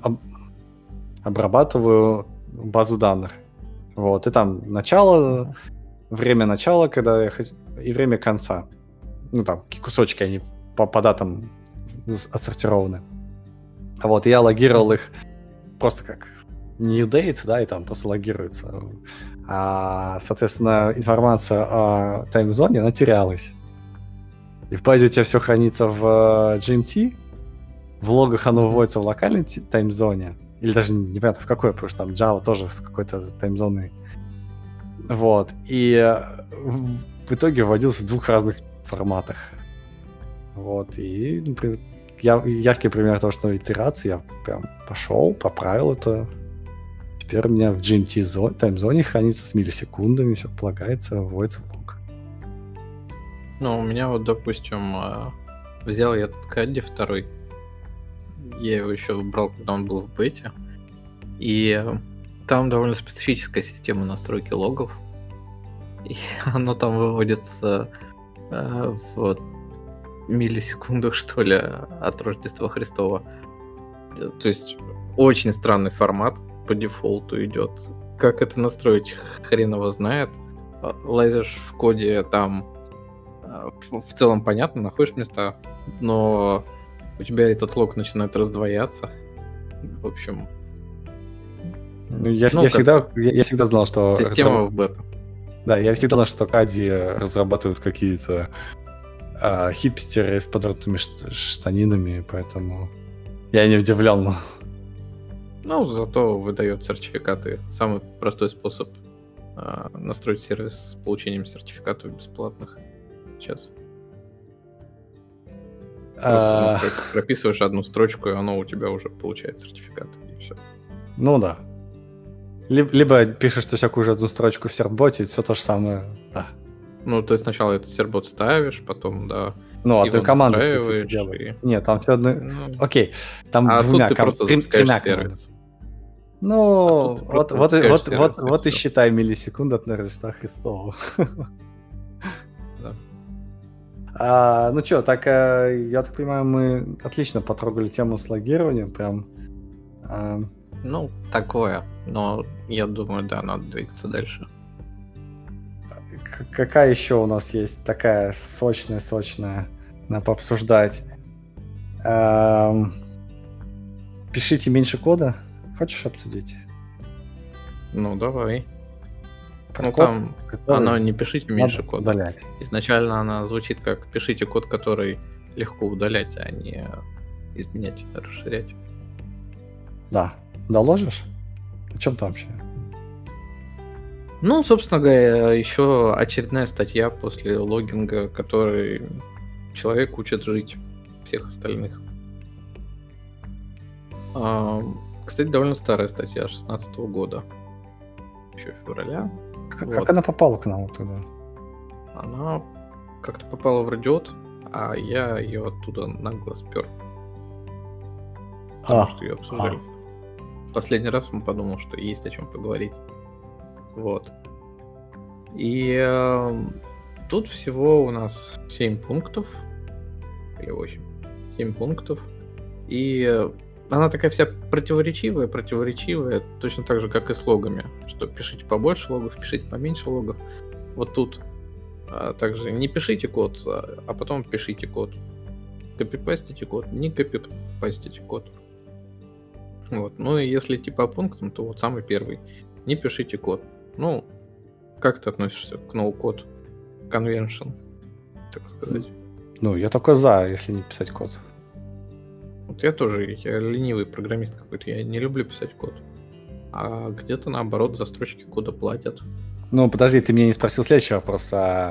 обрабатываю базу данных. Вот, и там начало, время начала, когда я хочу, и время конца. Ну, там, кусочки, они по датам отсортированы. Вот, и я логировал их просто как new date, да, и там просто логируется. Соответственно, информация о таймзоне, она терялась. И в базе у тебя все хранится в GMT, в логах оно выводится в локальной таймзоне, или даже непонятно в какой, потому что там Java тоже с какой-то таймзоной. Вот. И в итоге вводился в двух разных форматах. Вот. И, например, яркий пример того, что итерации, я прям пошел, поправил это. Теперь у меня в GMT таймзоне хранится с миллисекундами, все полагается, вводится в лог. Ну, у меня вот, допустим, взял я этот Кадди второй. Я его еще брал, когда он был в бете. И там довольно специфическая система настройки логов. И оно там выводится в миллисекундах, что ли, от Рождества Христова. То есть очень странный формат по дефолту идет. Как это настроить, хрен его знает. Лазишь в коде, там в целом понятно, находишь места, но у тебя этот лог начинает раздвояться. В общем... Я всегда знал, что... Система в бета. Да, я всегда знал, что Кади разрабатывают какие-то хипстеры с подвернутыми штанинами, поэтому я не удивлен. Ну, зато выдает сертификаты. Самый простой способ настроить сервис с получением сертификатов бесплатных сейчас. Просто прописываешь одну строчку, и оно у тебя уже получает сертификат, и все. Ну да. Либо пишешь ты всякую же одну строчку в серботе, все то же самое, да. Ну, ты сначала этот сербот ставишь, потом, да. Ну, а ты команду делаешь. Нет, там все одно... Окей, там двумя тремя сервис. Ну, вот и считай миллисекунд от Рождества Христова. Ну что, так, я так понимаю, мы отлично потрогали тему с логированием, прям. Ну, такое, но я думаю, да, надо двигаться дальше. Какая еще у нас есть такая сочная, надо пообсуждать? Пишите меньше кода. Хочешь обсудить? Ну, давай. Про код, там оно не пишите меньше кода. Удалять. Изначально она звучит как пишите код, который легко удалять, а не изменять, расширять. Да. Доложишь? О чем там вообще? Ну, собственно говоря, еще очередная статья после логинга, который человек учит жить всех остальных. Кстати, довольно старая статья 2016 года. Еще февраля. Как она попала к нам вот туда? Она как-то попала в Радиот, а я ее оттуда нагло спер. Потому что ее обсуждали. Последний раз он подумал, что есть о чем поговорить. Вот. И тут всего у нас 7 пунктов. Или 8. 7 пунктов. И она такая вся противоречивая, точно так же, как и с логами. Что пишите побольше логов, пишите поменьше логов. Вот тут также не пишите код, а потом пишите код. Копипастите код, не копипастите код. Вот. Ну и если идти по пунктам, то вот самый первый. Не пишите код. Ну, как ты относишься к no-code convention, так сказать? Ну, я только за, если не писать код. Вот я тоже, я ленивый программист какой-то, я не люблю писать код. А где-то наоборот за строчки кода платят. Ну, подожди, ты меня не спросил следующий вопрос.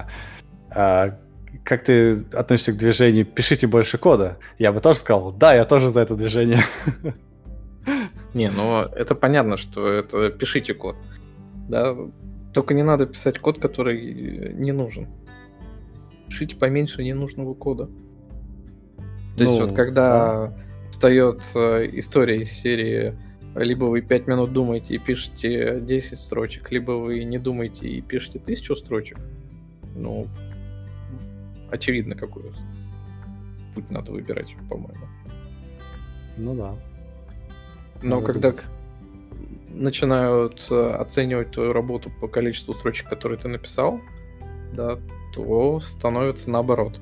Как ты относишься к движению «пишите больше кода»? Я бы тоже сказал, да, я тоже за это движение. Не, ну это понятно, что это пишите код. Да, только не надо писать код, который не нужен. Пишите поменьше ненужного кода. То есть вот когда встает история из серии либо вы 5 минут думаете и пишете 10 строчек, либо вы не думаете и пишете 1000 строчек, ну, очевидно, какой путь надо выбирать, по-моему. Ну да. Но когда начинают оценивать твою работу по количеству строчек, которые ты написал, да, то становится наоборот.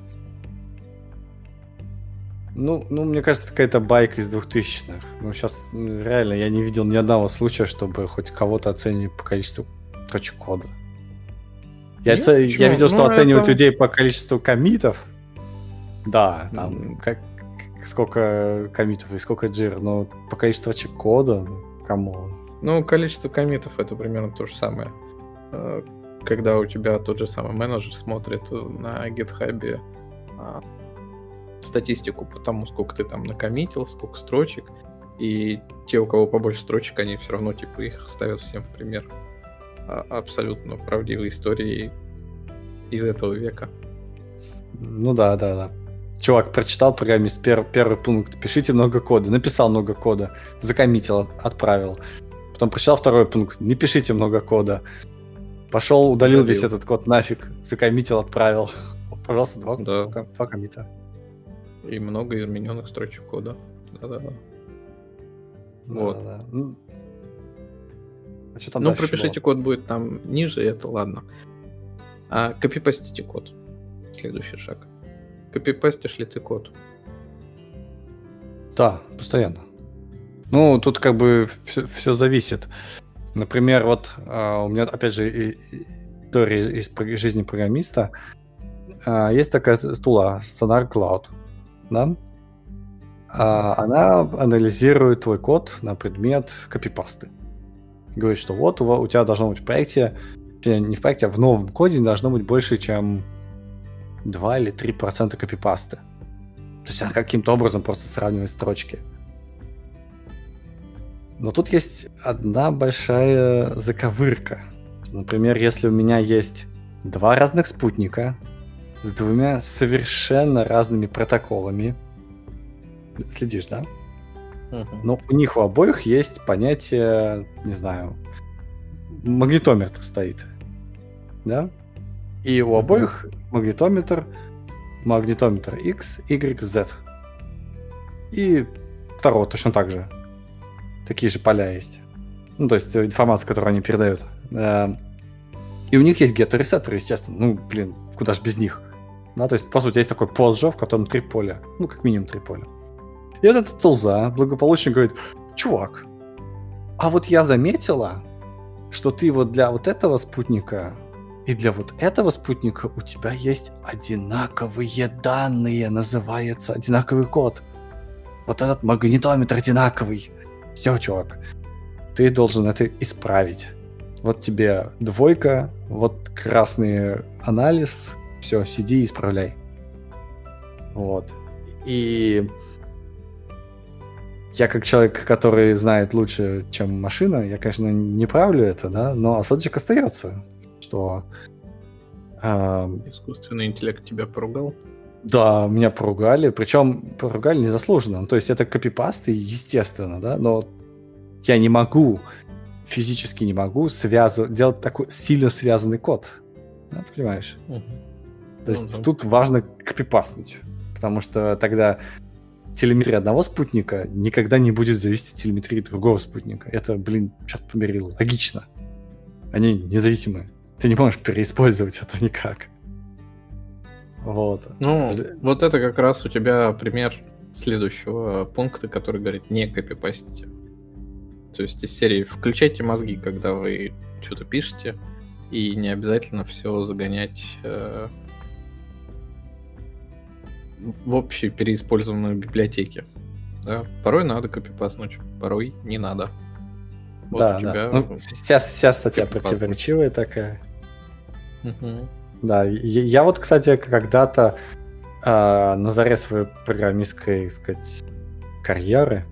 Ну, мне кажется, это какая-то байка из 2000-х. Ну, сейчас реально я не видел ни одного случая, чтобы хоть кого-то оценили по количеству строчек кода. Я видел, что оценивают людей по количеству коммитов. Да, там сколько коммитов и сколько джир, но по количеству строчек кода, камон. Ну, количество коммитов это примерно то же самое. Когда у тебя тот же самый менеджер смотрит на GitHub статистику по тому, сколько ты там накоммитил, сколько строчек, и те, у кого побольше строчек, они все равно типа их ставят всем в пример. Абсолютно правдивые истории из этого века. Ну да. Чувак прочитал программист первый пункт, пишите много кода, написал много кода, закоммитил, отправил. Потом прочитал второй пункт, не пишите много кода. Пошел, удалил весь этот код нафиг, закоммитил, отправил. Пожалуйста, два коммита. И много измененных строчек кода. Да. Вот. Да. А что там дальше пропишите было? Код будет там ниже, это ладно. А копипастите код. Следующий шаг. Копипастишь ли ты код? Да, постоянно. Ну, тут как бы все зависит. Например, вот у меня, опять же, история из жизни программиста. Есть такая стула Sonar Cloud. Да? Она анализирует твой код на предмет копипасты. Говорит, что вот у тебя должно быть в проекте, не в проекте, а в новом коде должно быть больше, чем 2 или 3% копипасты. То есть она каким-то образом просто сравнивает строчки. Но тут есть одна большая заковырка. Например, если у меня есть 2 разных спутника с 2 совершенно разными протоколами. Следишь, да? Но у них у обоих есть понятие, не знаю, магнитометр стоит. Да? И у обоих магнитометр X, Y, Z. И второго точно так же. Такие же поля есть. Ну, то есть информация, которую они передают. И у них есть getter и setter, естественно. Ну, блин, куда ж без них. Да, то есть, по сути, есть такой поджо, в котором 3 поля. Ну, как минимум 3 поля. И этот тулза благополучно говорит: чувак, а вот я заметила, что ты вот для вот этого спутника и для вот этого спутника у тебя есть одинаковые данные, называется одинаковый код. вот этот магнитометр одинаковый. Все, чувак, ты должен это исправить. Вот тебе 2, вот красный анализ, все, сиди и исправляй. Вот. И я как человек, который знает лучше, чем машина, я, конечно, не правлю это, да, но осадочек остается, что... Искусственный интеллект тебя поругал? Да, меня поругали, причем поругали незаслуженно. Ну, то есть это копипасты, естественно, да, но я не могу, физически не могу делать такой сильно связанный код. Да, ты понимаешь? То есть тут важно копипастнуть, потому что тогда телеметрия одного спутника никогда не будет зависеть от телеметрии другого спутника. Это, черт побери, логично. Они независимые. Ты не можешь переиспользовать это никак. Вот. Ну, вот это как раз у тебя пример следующего пункта, который говорит не копипастите. То есть из серии включайте мозги, когда вы что-то пишете, и не обязательно все загонять в общие переиспользованные библиотеки. Да? Порой надо копипастнуть, порой не надо. Вот да, да. Ну, вся статья противоречивая такая. Да, я вот, кстати, когда-то на заре своей программистской, сказать, карьеры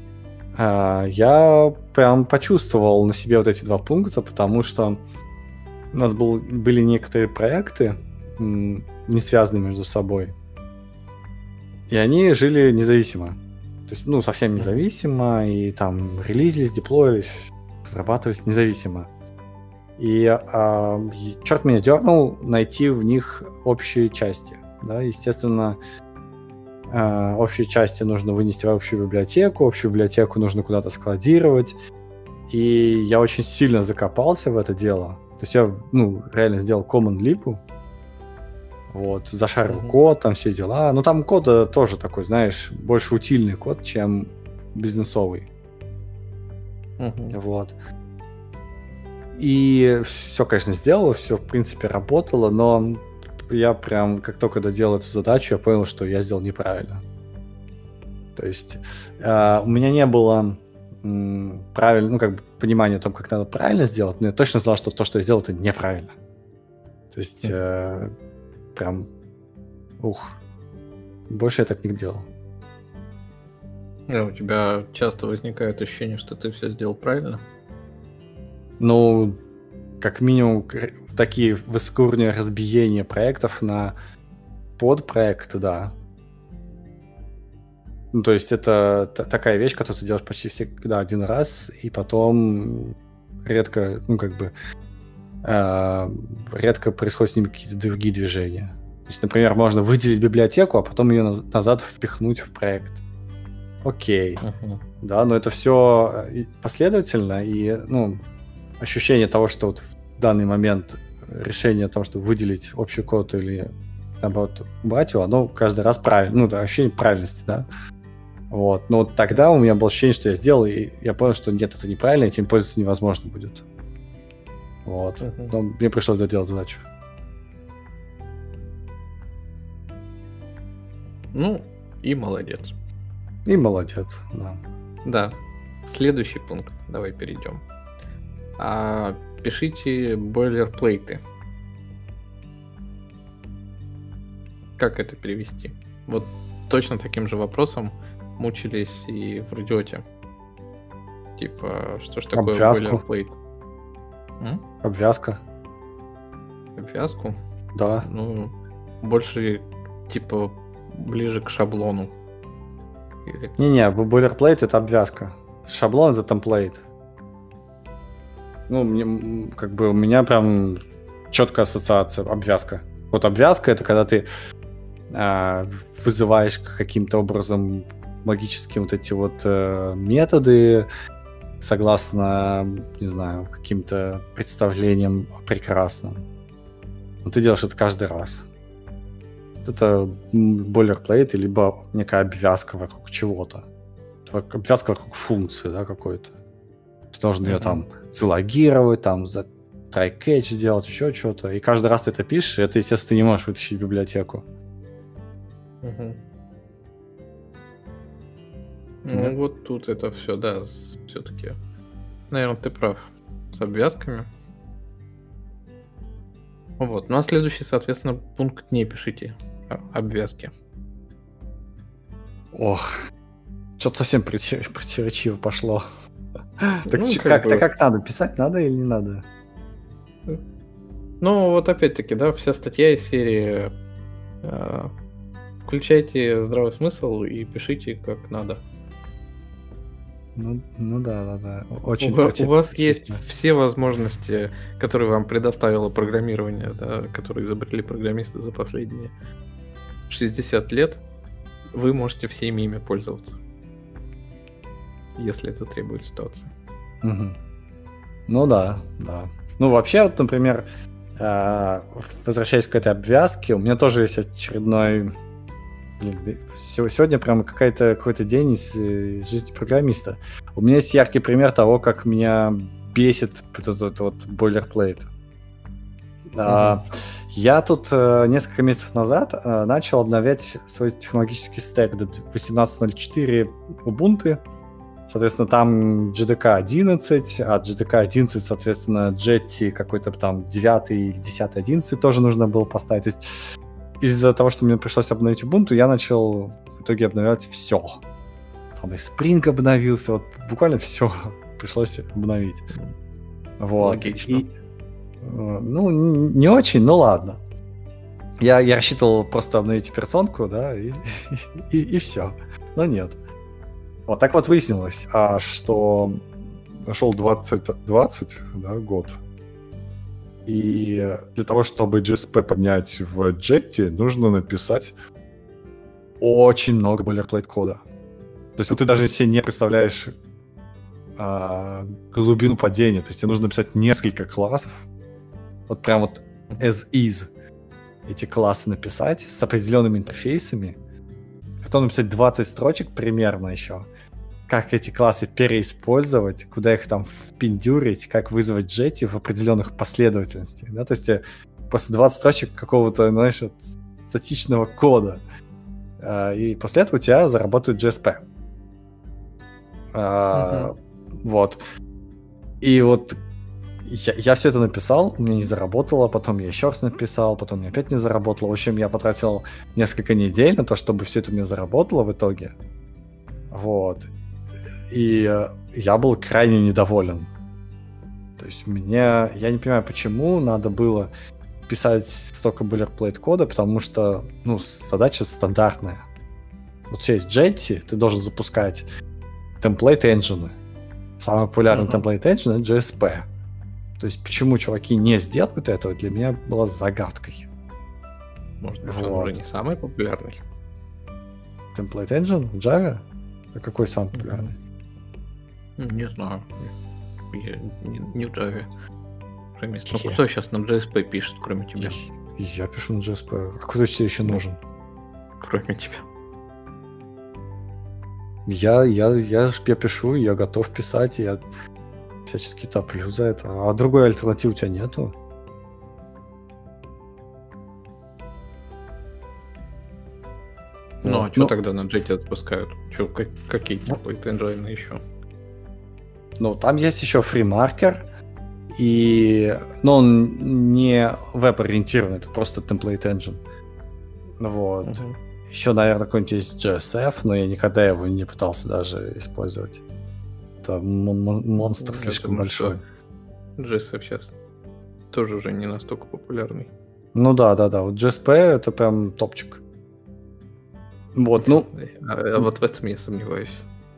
я прям почувствовал на себе вот эти 2 пункта, потому что у нас были некоторые проекты, не связанные между собой, и они жили независимо. То есть, ну, совсем независимо, и там релизились, деплоились, разрабатывались независимо. И черт меня дернул найти в них общие части. Да? Естественно, общие части нужно вынести в общую библиотеку нужно куда-то складировать. И я очень сильно закопался в это дело. То есть я реально сделал command lib, вот, зашарил код, там все дела. Но там код тоже такой, знаешь, больше утильный код, чем бизнесовый. Вот. И все, конечно, сделал, все, в принципе, работало, но я прям, как только доделал эту задачу, я понял, что я сделал неправильно. То есть у меня не было правильно, понимания о том, как надо правильно сделать, но я точно знал, что то, что я сделал, это неправильно. То есть прям, больше я так не делал. У тебя часто возникает ощущение, что ты все сделал правильно? Ну, как минимум, такие высокоуровневые разбиения проектов на подпроекты, да. Ну, то есть это такая вещь, которую ты делаешь почти всегда один раз, и потом редко, редко происходят с ними какие-то другие движения. То есть, например, можно выделить библиотеку, а потом ее назад впихнуть в проект. Окей. Да, но это все последовательно, и, ощущение того, что вот в данный момент решение о том, что выделить общий код или, наоборот, убрать его, оно каждый раз правильно, ощущение правильности, да. Вот. Но вот тогда у меня было ощущение, что я сделал, и я понял, что нет, это неправильно, этим пользоваться невозможно будет. Вот. Но мне пришлось доделать задачу. Ну, и молодец. И молодец, да. Да. Следующий пункт. Давай перейдем. Пишите бойлерплейты. Как это перевести? Вот точно таким же вопросом мучились и в Редиоте. Типа, что ж такое бойлерплейт? Обвязка. Обвязку? Да. Ну, больше, типа, ближе к шаблону. Не-не, бойлерплейт — это обвязка. Шаблон — это темплейт. Ну, у меня прям четкая ассоциация, обвязка. Вот обвязка — это когда ты вызываешь каким-то образом магические вот эти вот методы согласно, не знаю, каким-то представлениям прекрасным. Но ты делаешь это каждый раз. Это бойлерплейт, либо некая обвязка вокруг чего-то. Обвязка вокруг функции, да, какой-то. Ты должен ее там залогировать, там за try-catch сделать, еще что-то. И каждый раз ты это пишешь, и это, естественно, ты не можешь вытащить в библиотеку. Ну Нет? вот тут это все, да, все-таки. Наверное, ты прав. С обвязками. Вот. Ну а следующий, соответственно, пункт не пишите обвязки. Ох, что-то совсем противоречиво пошло. Так Ну, как надо? Писать надо или не надо? Ну, вот опять-таки, да, вся статья из серии включайте здравый смысл и пишите как надо. Ну да. Очень У вас есть все возможности, которые вам предоставило программирование, да, которые изобрели программисты за последние 60 лет. Вы можете всеми ими пользоваться, если это требует ситуации. Ну да. Ну вообще, вот, например, возвращаясь к этой обвязке, у меня тоже есть очередной... сегодня прям какой-то день из жизни программиста. У меня есть яркий пример того, как меня бесит этот вот бойлерплейт. Я тут несколько месяцев назад начал обновлять свой технологический стек до 18.04 Ubuntu. Соответственно, там JDK 11, а JDK 11, соответственно, Jetty какой-то там 9 или 10, 11 тоже нужно было поставить. То есть из-за того, что мне пришлось обновить Ubuntu, я начал в итоге обновлять все. Там и Spring обновился, вот буквально все пришлось обновить. Вот. Логично. Ну, не очень, но ладно. Я рассчитывал просто обновить операционку, да, и все. Но нет. Вот так вот выяснилось, что нашел 2020, да, год. И для того, чтобы GSP поднять в Jetty, нужно написать очень много boilerplate кода. То есть вот ты даже себе не представляешь глубину падения. То есть тебе нужно написать несколько классов. Вот прям вот as is эти классы написать с определенными интерфейсами. Потом написать 20 строчек примерно еще. Как эти классы переиспользовать, куда их там впендюрить, как вызвать Jetty в определенных последовательностях. Да? То есть после 20 строчек какого-то, знаешь, вот, статичного кода. И после этого у тебя заработает GSP. Вот. И вот я все это написал, у меня не заработало, потом я еще раз написал, потом мне опять не заработало. В общем, я потратил несколько недель на то, чтобы все это у меня заработало в итоге. Вот. И я был крайне недоволен. То есть я не понимаю, почему надо было писать столько boilerplate кода, потому что, ну, задача стандартная. Вот у тебя есть Jetty, ты должен запускать template engine. Самый популярный template engine — это GSP. То есть почему чуваки не сделают этого, для меня было загадкой. Может быть, он уже не самый популярный? Template engine в Java? А какой самый популярный? Не знаю. Я не в Java. Ну, кто сейчас на JSP пишет, кроме тебя? Я пишу на JSP. А кто тебе еще нужен? Кроме тебя. Я пишу, я готов писать, я всячески топлю за это. А другой альтернативы у тебя нету? Ну, а что тогда на Jetty запускают? Какие template engine еще? Ну, там есть еще FreeMarker, но он не веб-ориентированный, это просто template engine. Вот. Еще, наверное, какой-нибудь есть JSF, но я никогда его не пытался даже использовать. Это монстр слишком большой. JSF сейчас тоже уже не настолько популярный. Ну да. Вот JSP это прям топчик. Вот, ну... А вот в этом я сомневаюсь.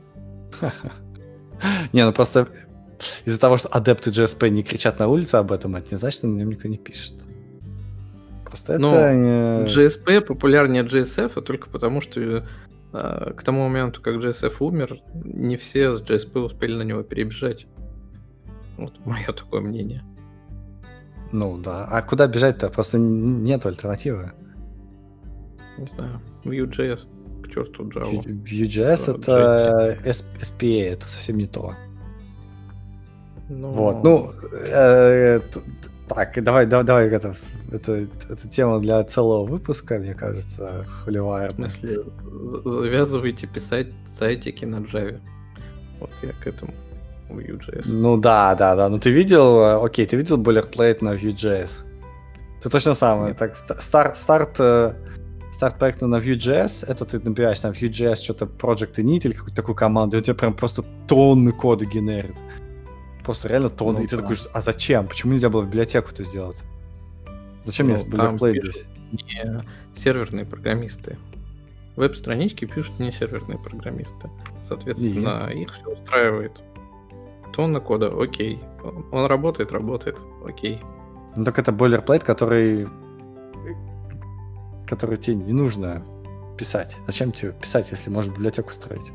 Не, ну просто из-за того, что адепты JSP не кричат на улице об этом, это не значит, что на нем никто не пишет. Просто это... JSP популярнее JSF только потому, что к тому моменту, как JSF умер, не все с JSP успели на него перебежать. Вот мое такое мнение. Ну да. А куда бежать-то? Просто нет альтернативы. Не знаю. Vue.js. К черту Java. Vue.js это SPA, это совсем не то. Ну... Вот. Ну, Так, давай, это тема для целого выпуска, мне кажется, В холивар. смысле, завязывайте писать сайтики на Java. Вот я к этому в Vue.js. Ну да. Ну ты видел boilerplate на Vue.js? Это точно самое. Нет. Так, старт проекта на Vue.js, это ты набираешь там Vue.js что-то project init или какую-то такую команду, и у тебя прям просто тонны кода генерит. Просто реально тонны. Ну И ты да. такой, а зачем? Почему нельзя было библиотеку-то сделать? Зачем мне Там boilerplate пишут здесь? не серверные программисты. Веб-странички пишут не серверные программисты. Соответственно, их все устраивает. Тонна кода, окей. Он работает, окей. Ну так это boilerplate, который тебе не нужно писать. Зачем тебе писать, если можешь библиотеку строить?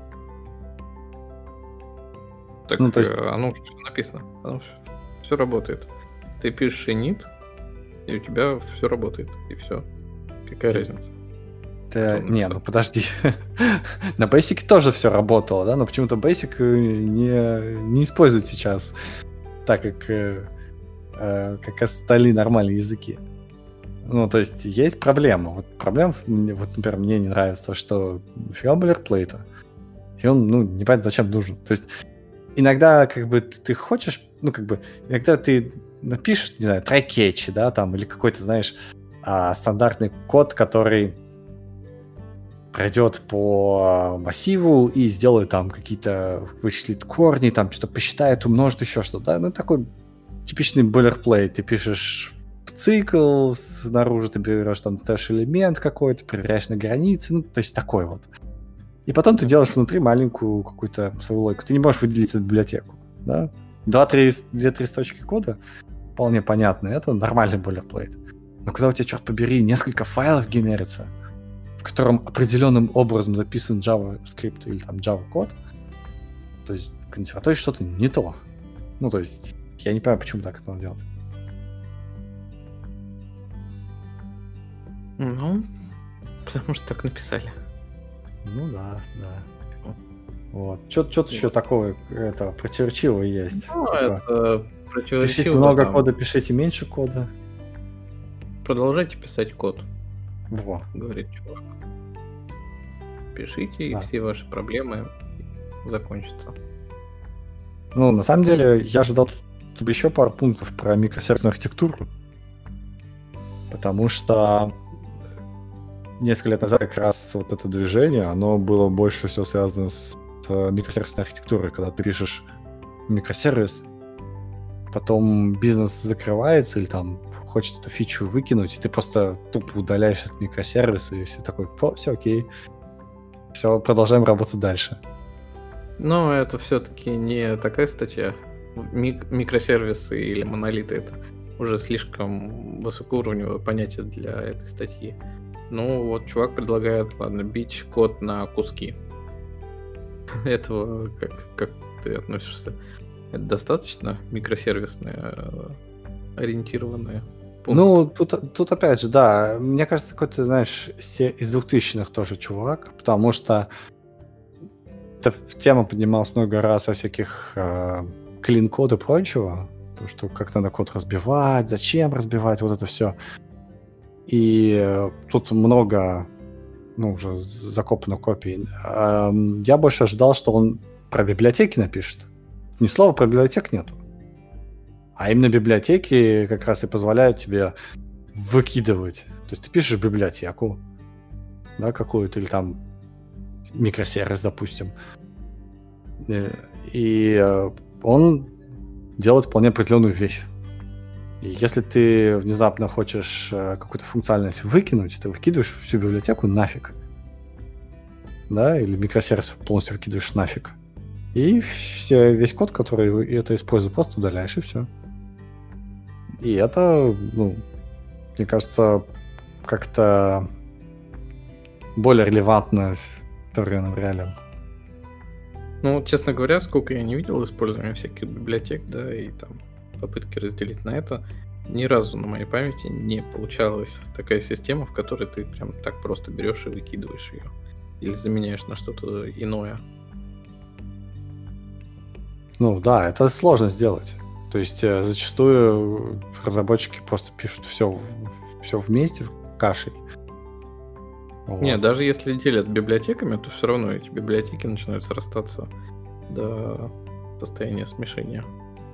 Так Ну, то есть- оно уже написано. Оно все работает. Ты пишешь init, и у тебя все работает. И все. Какая разница? Кто Не, написал? ну подожди. На Basic тоже все работало, да? Но почему-то Basic не используют сейчас так, как остальные нормальные языки. Ну, то есть есть проблема. Вот проблема, вот, например, мне не нравится то, что нафига boilerplate, и он, непонятно зачем нужен. То есть иногда, как бы, ты хочешь, иногда ты напишешь, не знаю, try-catch, да, там, или какой-то, знаешь, стандартный код, который пройдет по массиву и сделает там какие-то, вычислит корни, там что-то посчитает, умножит еще что-то, да, ну, такой типичный boilerplate. Ты пишешь цикл, снаружи ты берешь там ставишь элемент какой-то, проверяешь на границе, ну, то есть такой вот. И потом ты делаешь внутри маленькую какую-то свою логику. Ты не можешь выделить эту библиотеку, да? 2-3 строчки кода вполне понятно, это нормальный boilerplate. Но когда у тебя, черт побери, несколько файлов генерится, в котором определенным образом записан JavaScript или там Java код, то есть что-то не то. Ну, то есть я не понимаю, почему так это надо делать. Ну, потому что так написали. Ну да. Вот. Что-то еще такого противоречивого есть. Ну, Типа, это противоречиво. пишите много там. кода, пишите меньше кода. Продолжайте писать код, Во. говорит чувак. Пишите, и Да. все ваши проблемы закончатся. Ну, на самом деле, я ожидал тут еще пару пунктов про микросервисную архитектуру. Потому что несколько лет назад как раз вот это движение, оно было больше всего связано с микросервисной архитектурой, когда ты пишешь микросервис, потом бизнес закрывается или там хочет эту фичу выкинуть, и ты просто тупо удаляешь этот микросервис, и все такое, все окей, все, продолжаем работать дальше. Но это все-таки не такая статья. Микросервисы или монолиты — это уже слишком высокоуровневое понятие для этой статьи. Ну вот чувак предлагает, ладно, бить код на куски. Этого как ты относишься? Это достаточно микросервисное ориентированное? Пункт? Ну, тут опять же, да, мне кажется, какой-то, знаешь, из 2000-х тоже чувак, потому что эта тема поднималась много раз во всяких клин-код и прочего, то, что как надо код разбивать, зачем разбивать, вот это все. И тут много, уже закопано копий. Я больше ожидал, что он про библиотеки напишет. Ни слова про библиотек нету. А именно библиотеки как раз и позволяют тебе выкидывать. То есть ты пишешь библиотеку, да, какую-то, или там микросервис, допустим. И он делает вполне определенную вещь. И если ты внезапно хочешь какую-то функциональность выкинуть, ты выкидываешь всю библиотеку нафиг. Да, или микросервис полностью выкидываешь нафиг. И весь код, который это использует, просто удаляешь, и все. И это, мне кажется, как-то более релевантно современным реалиям. Ну, честно говоря, сколько я не видел использования всяких библиотек, да, и там попытки разделить на это, ни разу на моей памяти не получалась такая система, в которой ты прям так просто берешь и выкидываешь ее. Или заменяешь на что-то иное. Ну да, это сложно сделать. То есть зачастую разработчики просто пишут все вместе, кашей. Не, Вот. даже если делят библиотеками, то все равно эти библиотеки начинают срастаться до состояния смешения.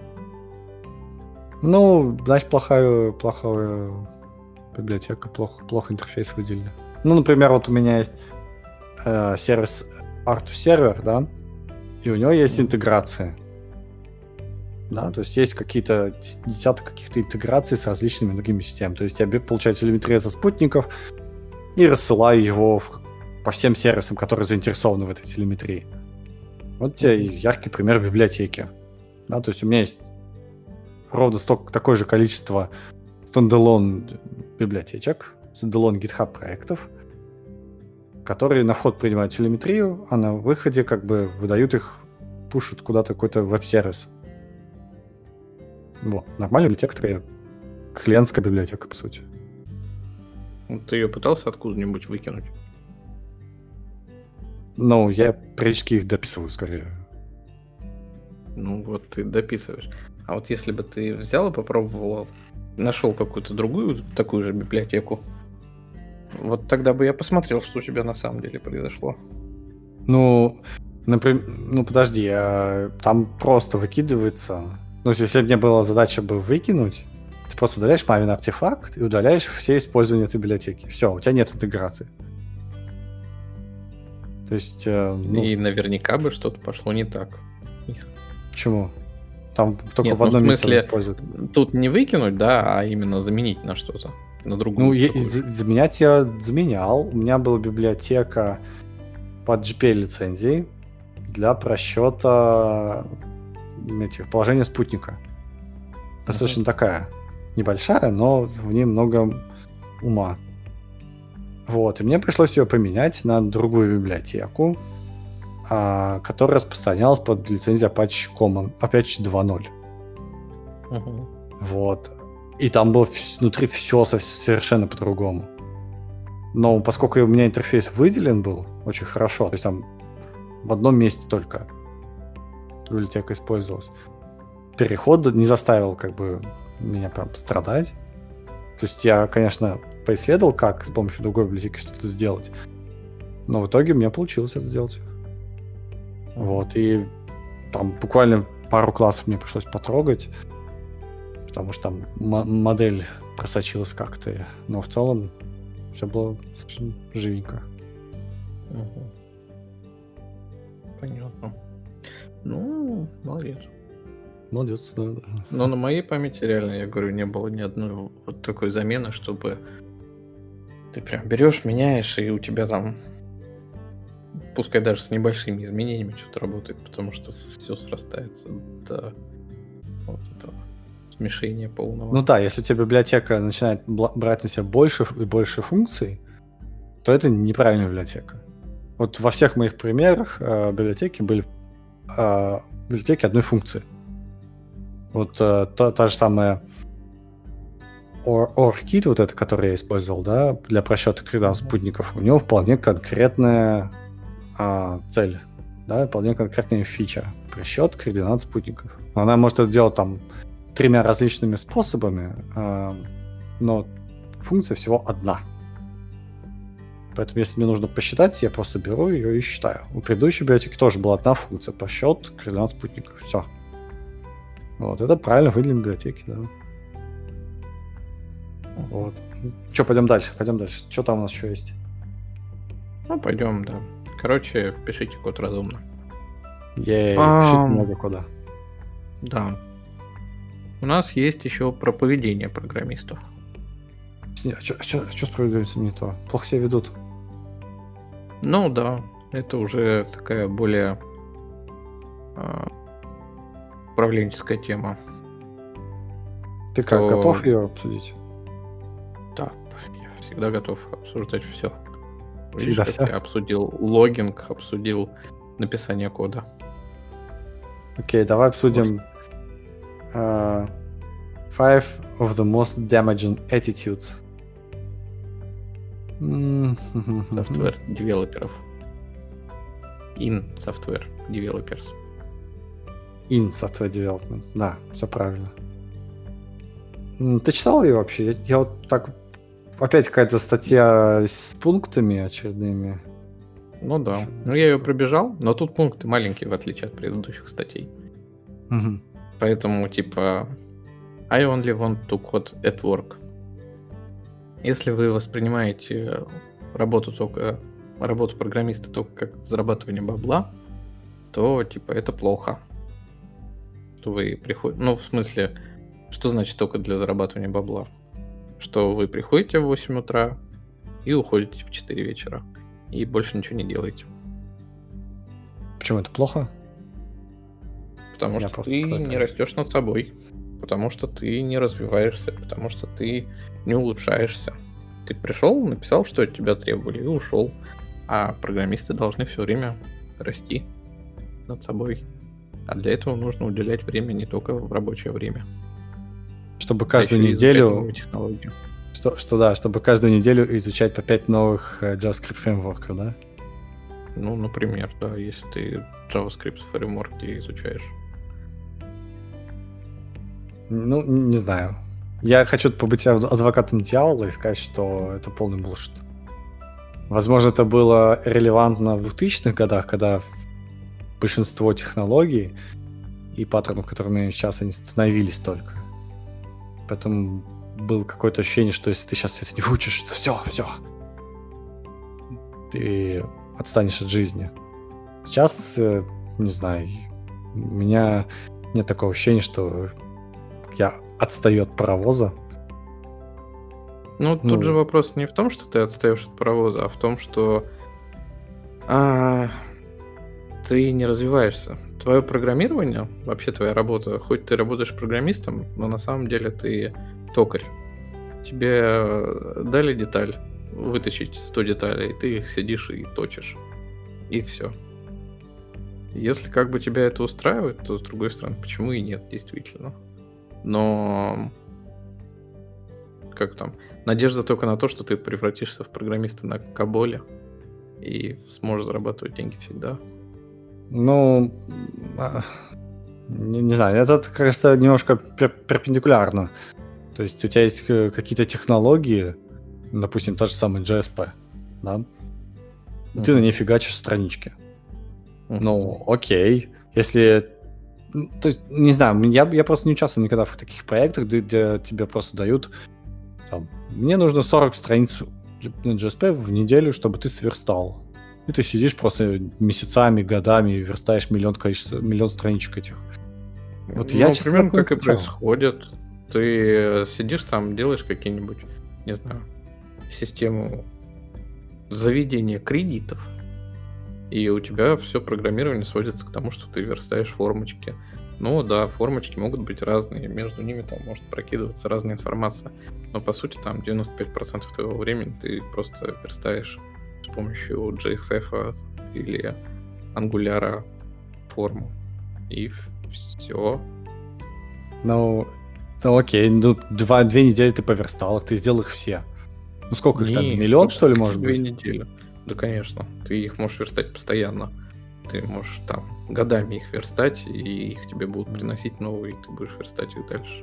Ну, значит, плохая библиотека, плохо интерфейс выделили. Ну, например, вот у меня есть сервис R2Server, да, и у него есть интеграции. Да, то есть есть какие-то десяток каких-то интеграций с различными другими системами. То есть я получаю телеметрию со спутников и рассылаю его по всем сервисам, которые заинтересованы в этой телеметрии. Вот тебе яркий пример библиотеки. Да, то есть у меня есть ровно такое же количество стендалон библиотечек, стендалон GitHub проектов, которые на вход принимают телеметрию, а на выходе как бы выдают их, пушат куда-то какой-то веб-сервис. Вот. Нормальная библиотека, клиентская библиотека, по сути. Ты ее пытался откуда-нибудь выкинуть? Ну, я периодически их дописываю, скорее. Ну, вот ты дописываешь. А вот если бы ты взял и попробовал, нашел какую-то другую такую же библиотеку, вот тогда бы я посмотрел, что у тебя на самом деле произошло. Ну, например, подожди, там просто выкидывается... Ну, если мне была задача бы выкинуть, ты просто удаляешь мамин артефакт и удаляешь все использования этой библиотеки. Все, у тебя нет интеграции. То есть... И наверняка бы что-то пошло не так. Почему? Там только Нет, в одном в месте смысле, используют. тут не выкинуть, да, а именно заменить на что-то, на другую. Ну, заменять я заменял. У меня была библиотека под GPL-лицензией для просчета этих положения спутника. Достаточно такая небольшая, но в ней много ума. Вот, и мне пришлось ее поменять на другую библиотеку, которая распространялась под лицензией Apache Common, Apache 2.0. Вот. И там было внутри все совершенно по-другому. Но поскольку у меня интерфейс выделен был очень хорошо, то есть там в одном месте только библиотека использовалась, переход не заставил как бы меня прям страдать. То есть я, конечно, поисследовал, как с помощью другой библиотеки что-то сделать, но в итоге у меня получилось это сделать. Вот, и там буквально пару классов мне пришлось потрогать, потому что там модель просочилась как-то, но в целом все было совершенно живенько. Понятно. Ну, молодец. Молодец, да. Но на моей памяти реально, я говорю, не было ни одной вот такой замены, чтобы ты прям берешь, меняешь, и у тебя там, пускай даже с небольшими изменениями, что-то работает, потому что все срастается до вот этого смешения полного. Ну да, если у тебя библиотека начинает брать на себя больше и больше функций, то это неправильная библиотека. Вот во всех моих примерах библиотеки были библиотеки одной функции. Вот та же самая ORCID, вот эта, которую я использовал, да, для просчета координат спутников, у него вполне конкретная цель, да, вполне конкретная фича. Просчет координат спутников. Она может это делать там 3 различными способами, но функция всего одна. Поэтому, если мне нужно посчитать, я просто беру ее и считаю. У предыдущей библиотеки тоже была одна функция — просчет координат спутников. Все. Вот, это правильно выделенные библиотеки, да. Вот. Че, пойдем дальше, Что там у нас еще есть? Ну, пойдем, да. Короче, пишите код разумно. Пишите много кода. Да. У нас есть еще про поведение программистов. А что с программистами не то? Плохо себя ведут. Ну да, это уже такая более управленческая тема. Ты как, готов ее обсудить? Да, я всегда готов обсуждать все. Всегда все? Я обсудил логинг, обсудил написание кода. Окей, давай обсудим 5 of the most damaging attitudes. Software девелоперов. In software developers. In Software Development. Да, все правильно. Ты читал ее вообще? Я вот так... Опять какая-то статья с пунктами очередными. Ну да. Ну я ее пробежал, но тут пункты маленькие, в отличие от предыдущих статей. Мгм. Поэтому, типа, I only want to code at work. Если вы воспринимаете работу программиста только как зарабатывание бабла, то, типа, это плохо. Что вы приходите... Ну, в смысле, что значит только для зарабатывания бабла? Что вы приходите в 8 утра и уходите в 4 вечера. И больше ничего не делаете. Почему это плохо? Потому что ты не растешь над собой. Потому что ты не развиваешься. Потому что ты не улучшаешься. Ты пришел, написал, что от тебя требовали, и ушел. А программисты должны все время расти над собой. А для этого нужно уделять время не только в рабочее время. Чтобы каждую неделю... Технологию. Чтобы каждую неделю изучать по 5 новых JavaScript фреймворков, да? Ну, например, да, если ты JavaScript фреймворки изучаешь. Ну, не знаю. Я хочу побыть адвокатом дьявола и сказать, что это полный булшит. Возможно, это было релевантно в 2000-х годах, когда большинство технологий и паттернов, которыми сейчас они становились только. Поэтому было какое-то ощущение, что если ты сейчас все это не выучишь, то все. Ты отстанешь от жизни. Сейчас, не знаю, у меня нет такого ощущения, что я отстаю от паровоза. Ну, тут же вопрос не в том, что ты отстаешь от паровоза, а в том, что ты не развиваешься. Твое программирование, вообще твоя работа, хоть ты работаешь программистом, но на самом деле ты токарь. Тебе дали деталь, вытащить 100 деталей, ты их сидишь и точишь. И все. Если как бы тебя это устраивает, то с другой стороны, почему и нет, действительно. Но как там? Надежда только на то, что ты превратишься в программиста на Каболе и сможешь зарабатывать деньги всегда. Ну, не знаю, это, кажется, немножко перпендикулярно. То есть у тебя есть какие-то технологии, допустим, та же самая JSP, да? И ты на ней фигачишь странички. Ну, окей. Если... То есть, не знаю, я просто не участвовал никогда в таких проектах, где тебе просто дают... Там, мне нужно 40 страниц на JSP в неделю, чтобы ты сверстал. И ты сидишь просто месяцами, годами и верстаешь миллион страничек этих. Вот я, честно, примерно так и происходит. Ты сидишь там, делаешь какие-нибудь, не знаю, систему заведения кредитов, и у тебя все программирование сводится к тому, что ты верстаешь формочки. Ну да, формочки могут быть разные, между ними там может прокидываться разная информация, но по сути там 95% твоего времени ты просто верстаешь с помощью JSF или Angular форму, и все. Ну, окей, две недели ты поверстал их, ты сделал их все. Ну сколько их там, миллион, что ли, может быть? 2 недели. Да, конечно. Ты их можешь верстать постоянно. Ты можешь там годами их верстать, и их тебе будут приносить новые, и ты будешь верстать их дальше.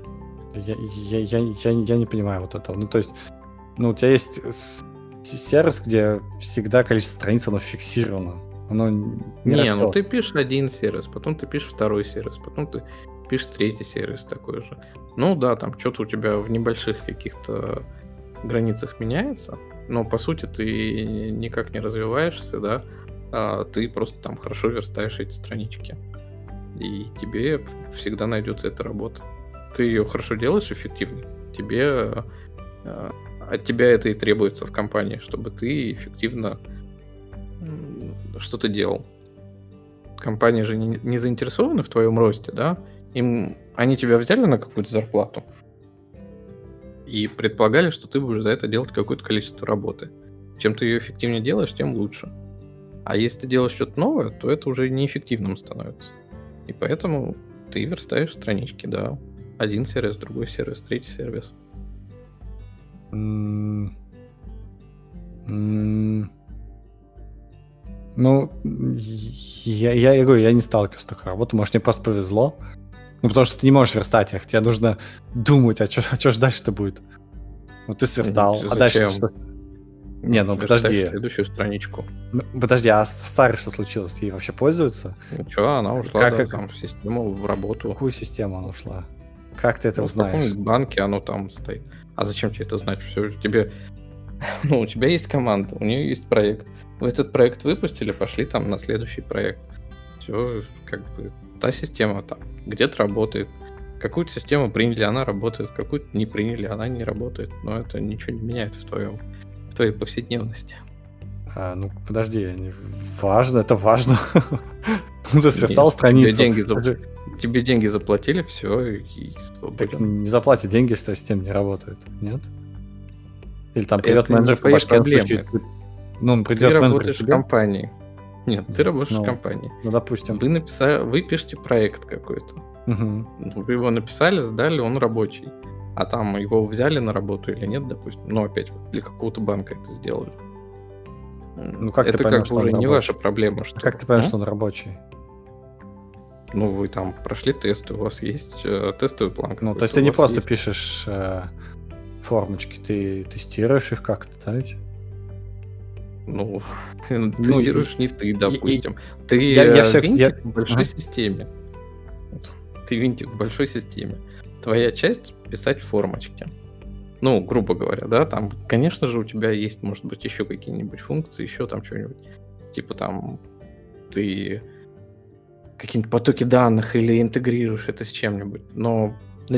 Я не понимаю вот этого. Ну, то есть, у тебя есть сервис, где всегда количество страниц, оно фиксировано. Оно не растет. Ну ты пишешь один сервис, потом ты пишешь второй сервис, потом ты пишешь третий сервис такой же. Ну да, там что-то у тебя в небольших каких-то границах меняется, но по сути ты никак не развиваешься, да, а ты просто там хорошо верстаешь эти странички. И тебе всегда найдется эта работа. Ты ее хорошо делаешь эффективно, от тебя это и требуется в компании, чтобы ты эффективно что-то делал. Компания же не заинтересована в твоем росте, да? Они тебя взяли на какую-то зарплату и предполагали, что ты будешь за это делать какое-то количество работы. Чем ты ее эффективнее делаешь, тем лучше. А если ты делаешь что-то новое, то это уже неэффективным становится. И поэтому ты верстаешь странички, да. Один сервис, другой сервис, третий сервис. Ну, Я говорю, я не сталкивался с такой работой, может, мне просто повезло. Ну, потому что ты не можешь верстать их, тебе нужно думать, а что ж дальше-то будет. Вот ты сверстал, а дальше что? Не, ну подожди. Следующую страничку. Ну, подожди, а с Сарой что случилось? Ей вообще пользуются? Ну что, она ушла там в систему, в работу. В какую систему она ушла? Как ты это узнаешь? В каком банке оно там стоит. А зачем тебе это знать? Все, тебе... Ну, у тебя есть команда, у нее есть проект. Вы этот проект выпустили, пошли там на следующий проект. Все, как бы, та система там где-то работает. Какую-то систему приняли, она работает. Какую-то не приняли, она не работает. Но это ничего не меняет в твоей повседневности. Ну, подожди, важно, это важно. Ты сверстал страницу. Тебе деньги заплатили, все, и так не заплатят деньги, если система не работает, нет? Или там придет менеджер по башке, ну, он придет. Ты работаешь в компании. Нет, ты работаешь в компании. Ну, допустим. Вы пишете проект какой-то. Вы его написали, сдали, он рабочий. А там его взяли на работу или нет, допустим. Ну, опять, для какого-то банка это сделали. Ну, как это ты поймешь, как бы уже не ваша проблема. Что... Как ты понимаешь, что он рабочий? Ну, вы там прошли тесты, у вас есть тестовый план. Ну, то есть ты не просто пишешь формочки, ты тестируешь их как-то, да, ведь? Ну, тестируешь не ты, допустим. Ты винтик в большой системе. Ты винтик в большой системе. Твоя часть — писать формочки. Ну, грубо говоря, да, там, конечно же, у тебя есть, может быть, еще какие-нибудь функции, еще там что-нибудь. Типа там ты какие-нибудь потоки данных или интегрируешь это с чем-нибудь. Но на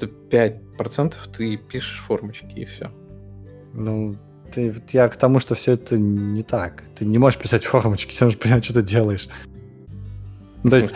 95% ты пишешь формочки, и все. Ну, я к тому, что все это не так. Ты не можешь писать формочки, ты нужно понимать, что ты делаешь. Ну, то есть,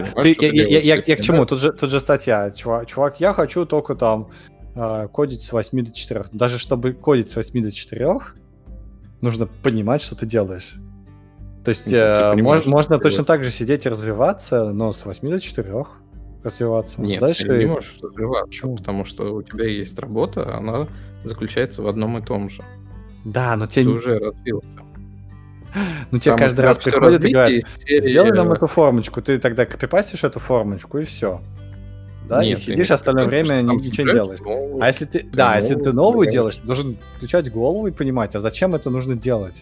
я к чему? Тут же статья. Чувак, я хочу только там кодить с 8 до 4. Даже чтобы кодить с 8 до 4, нужно понимать, что ты делаешь. То есть можно точно так же сидеть и развиваться, но с 8 до 4 развиваться. Нет, ты не можешь развиваться, потому что у тебя есть работа, она заключается в одном и том же. Да, но ты уже развился. Ну, тебе каждый раз приходят и говорят, сделай нам эту формочку. Ты тогда копипастишь эту формочку, и все. Да, и сидишь остальное время ничего не делаешь. А если ты, если ты новую делаешь, ты должен включать голову и понимать, а зачем это нужно делать?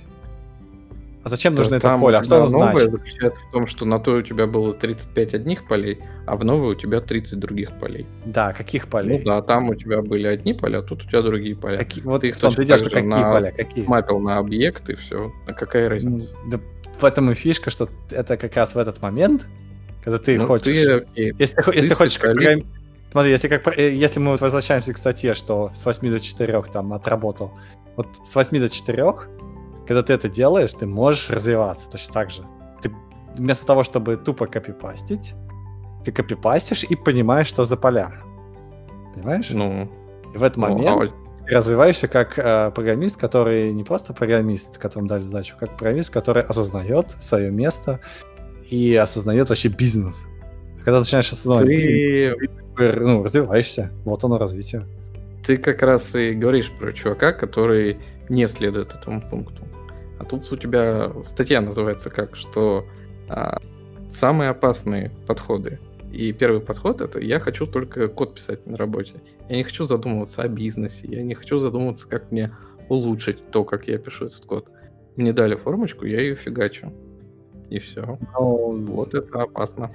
А зачем нужно это поле? А что оно значит? Новое заключается в том, что на той у тебя было 35 одних полей, а в новой у тебя 30 других полей. Да, каких полей? Ну да, там у тебя были одни поля, а тут у тебя другие поля. Вот ты их точно так же какие поля? Мапил на объект, и все. А какая разница? Да, в этом и фишка, что это как раз в этот момент, когда ты хочешь... Если ты хочешь... Смотри, если мы вот возвращаемся к статье, что с 8 до 4 там отработал. Вот с 8 до 4, когда ты это делаешь, ты можешь развиваться точно так же. Ты вместо того, чтобы тупо копипастить, ты копипастишь и понимаешь, что за поля. Понимаешь? Ну. И в этот момент ты развиваешься как программист, который не просто программист, которому дали задачу, как программист, который осознает свое место и осознает вообще бизнес. Когда ты начинаешь осознавать, ты развиваешься. Вот оно развитие. Ты как раз и говоришь про чувака, который не следует этому пункту. А тут у тебя статья называется как, что самые опасные подходы. И первый подход — это я хочу только код писать на работе. Я не хочу задумываться о бизнесе, я не хочу задумываться, как мне улучшить то, как я пишу этот код. Мне дали формочку, я ее фигачу. И все. Вот это опасно.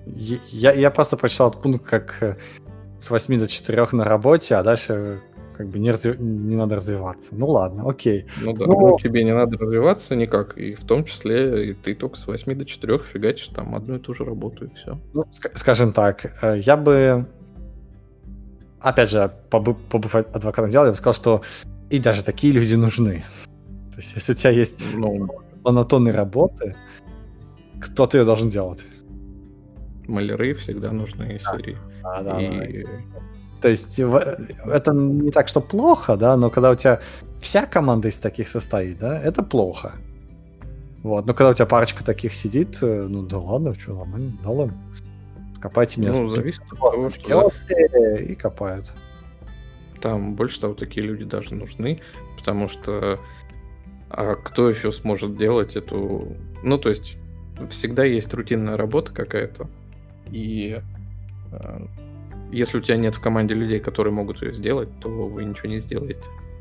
Я просто прочитал этот пункт как с 8 до 4 на работе, а дальше как бы не надо развиваться. Ну ладно, окей. Ну да, тебе не надо развиваться никак, и в том числе и ты только с 8 до 4 фигачишь там одну и ту же работу, и все. Ну, скажем так, я бы, опять же, побыв адвокатом дела, я бы сказал, что и даже такие люди нужны. То есть если у тебя есть монотонные работы, кто-то ее должен делать. Маляры всегда нужны серии. Да. То есть это не так, что плохо, да, но когда у тебя вся команда из таких состоит, да, это плохо. Вот, но когда у тебя парочка таких сидит, ну да ладно, что, нормально, дал им. Копайте меня. Ну, зависит от того, что... И копают. Там, больше того, такие люди даже нужны, потому что... А кто еще сможет делать эту... Ну, то есть, всегда есть рутинная работа какая-то, и если у тебя нет в команде людей, которые могут ее сделать, то вы ничего не сделаете.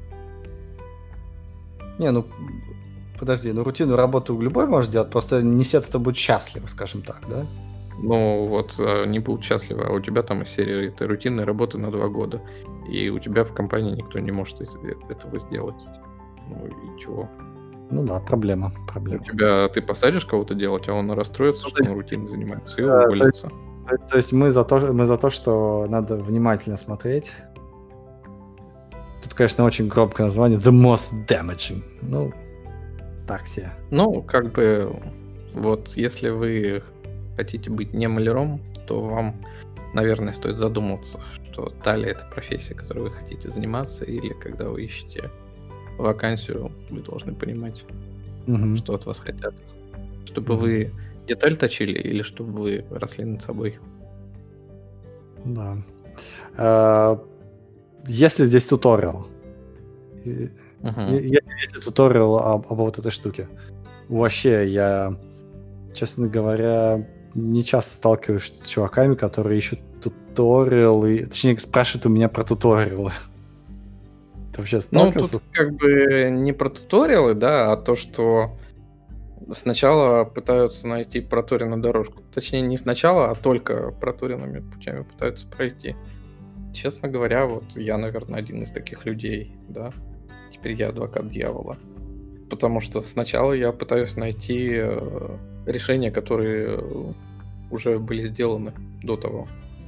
Не, ну подожди, ну рутинную работу любой может делать, просто не все от этого будут счастливы, скажем так, да? Ну вот не будут счастливы, а у тебя там из серии это рутинная работа на 2 года, и у тебя в компании никто не может этого сделать. Ну и чего? Ну да, проблема. Ты посадишь кого-то делать, а он расстроится, что он рутиной занимается, и то есть- уволится. То есть мы за то, что надо внимательно смотреть. Тут, конечно, очень громкое название The Most Damaging. Ну, так себе. Ну, как бы, вот если вы хотите быть не маляром, то вам, наверное, стоит задуматься, что та ли это профессия, которой вы хотите заниматься, или когда вы ищете вакансию, вы должны понимать, Мгм. что от вас хотят. Чтобы Мгм. вы деталь точили или чтобы вы росли над собой. Да. Если здесь туториал, если есть туториал об вот этой штуке, вообще я, честно говоря, не часто сталкиваюсь с чуваками, которые ищут туториалы, точнее спрашивают у меня про туториалы. Ты вообще Ну, сталкивался? тут как бы не про туториалы, да, а то, что сначала пытаются найти проторенную дорожку. Точнее, не сначала, а только проторенными путями пытаются пройти. Честно говоря, вот я, наверное, один из таких людей, да. Теперь я адвокат дьявола. Потому что сначала я пытаюсь найти решения, которые уже были сделаны до того.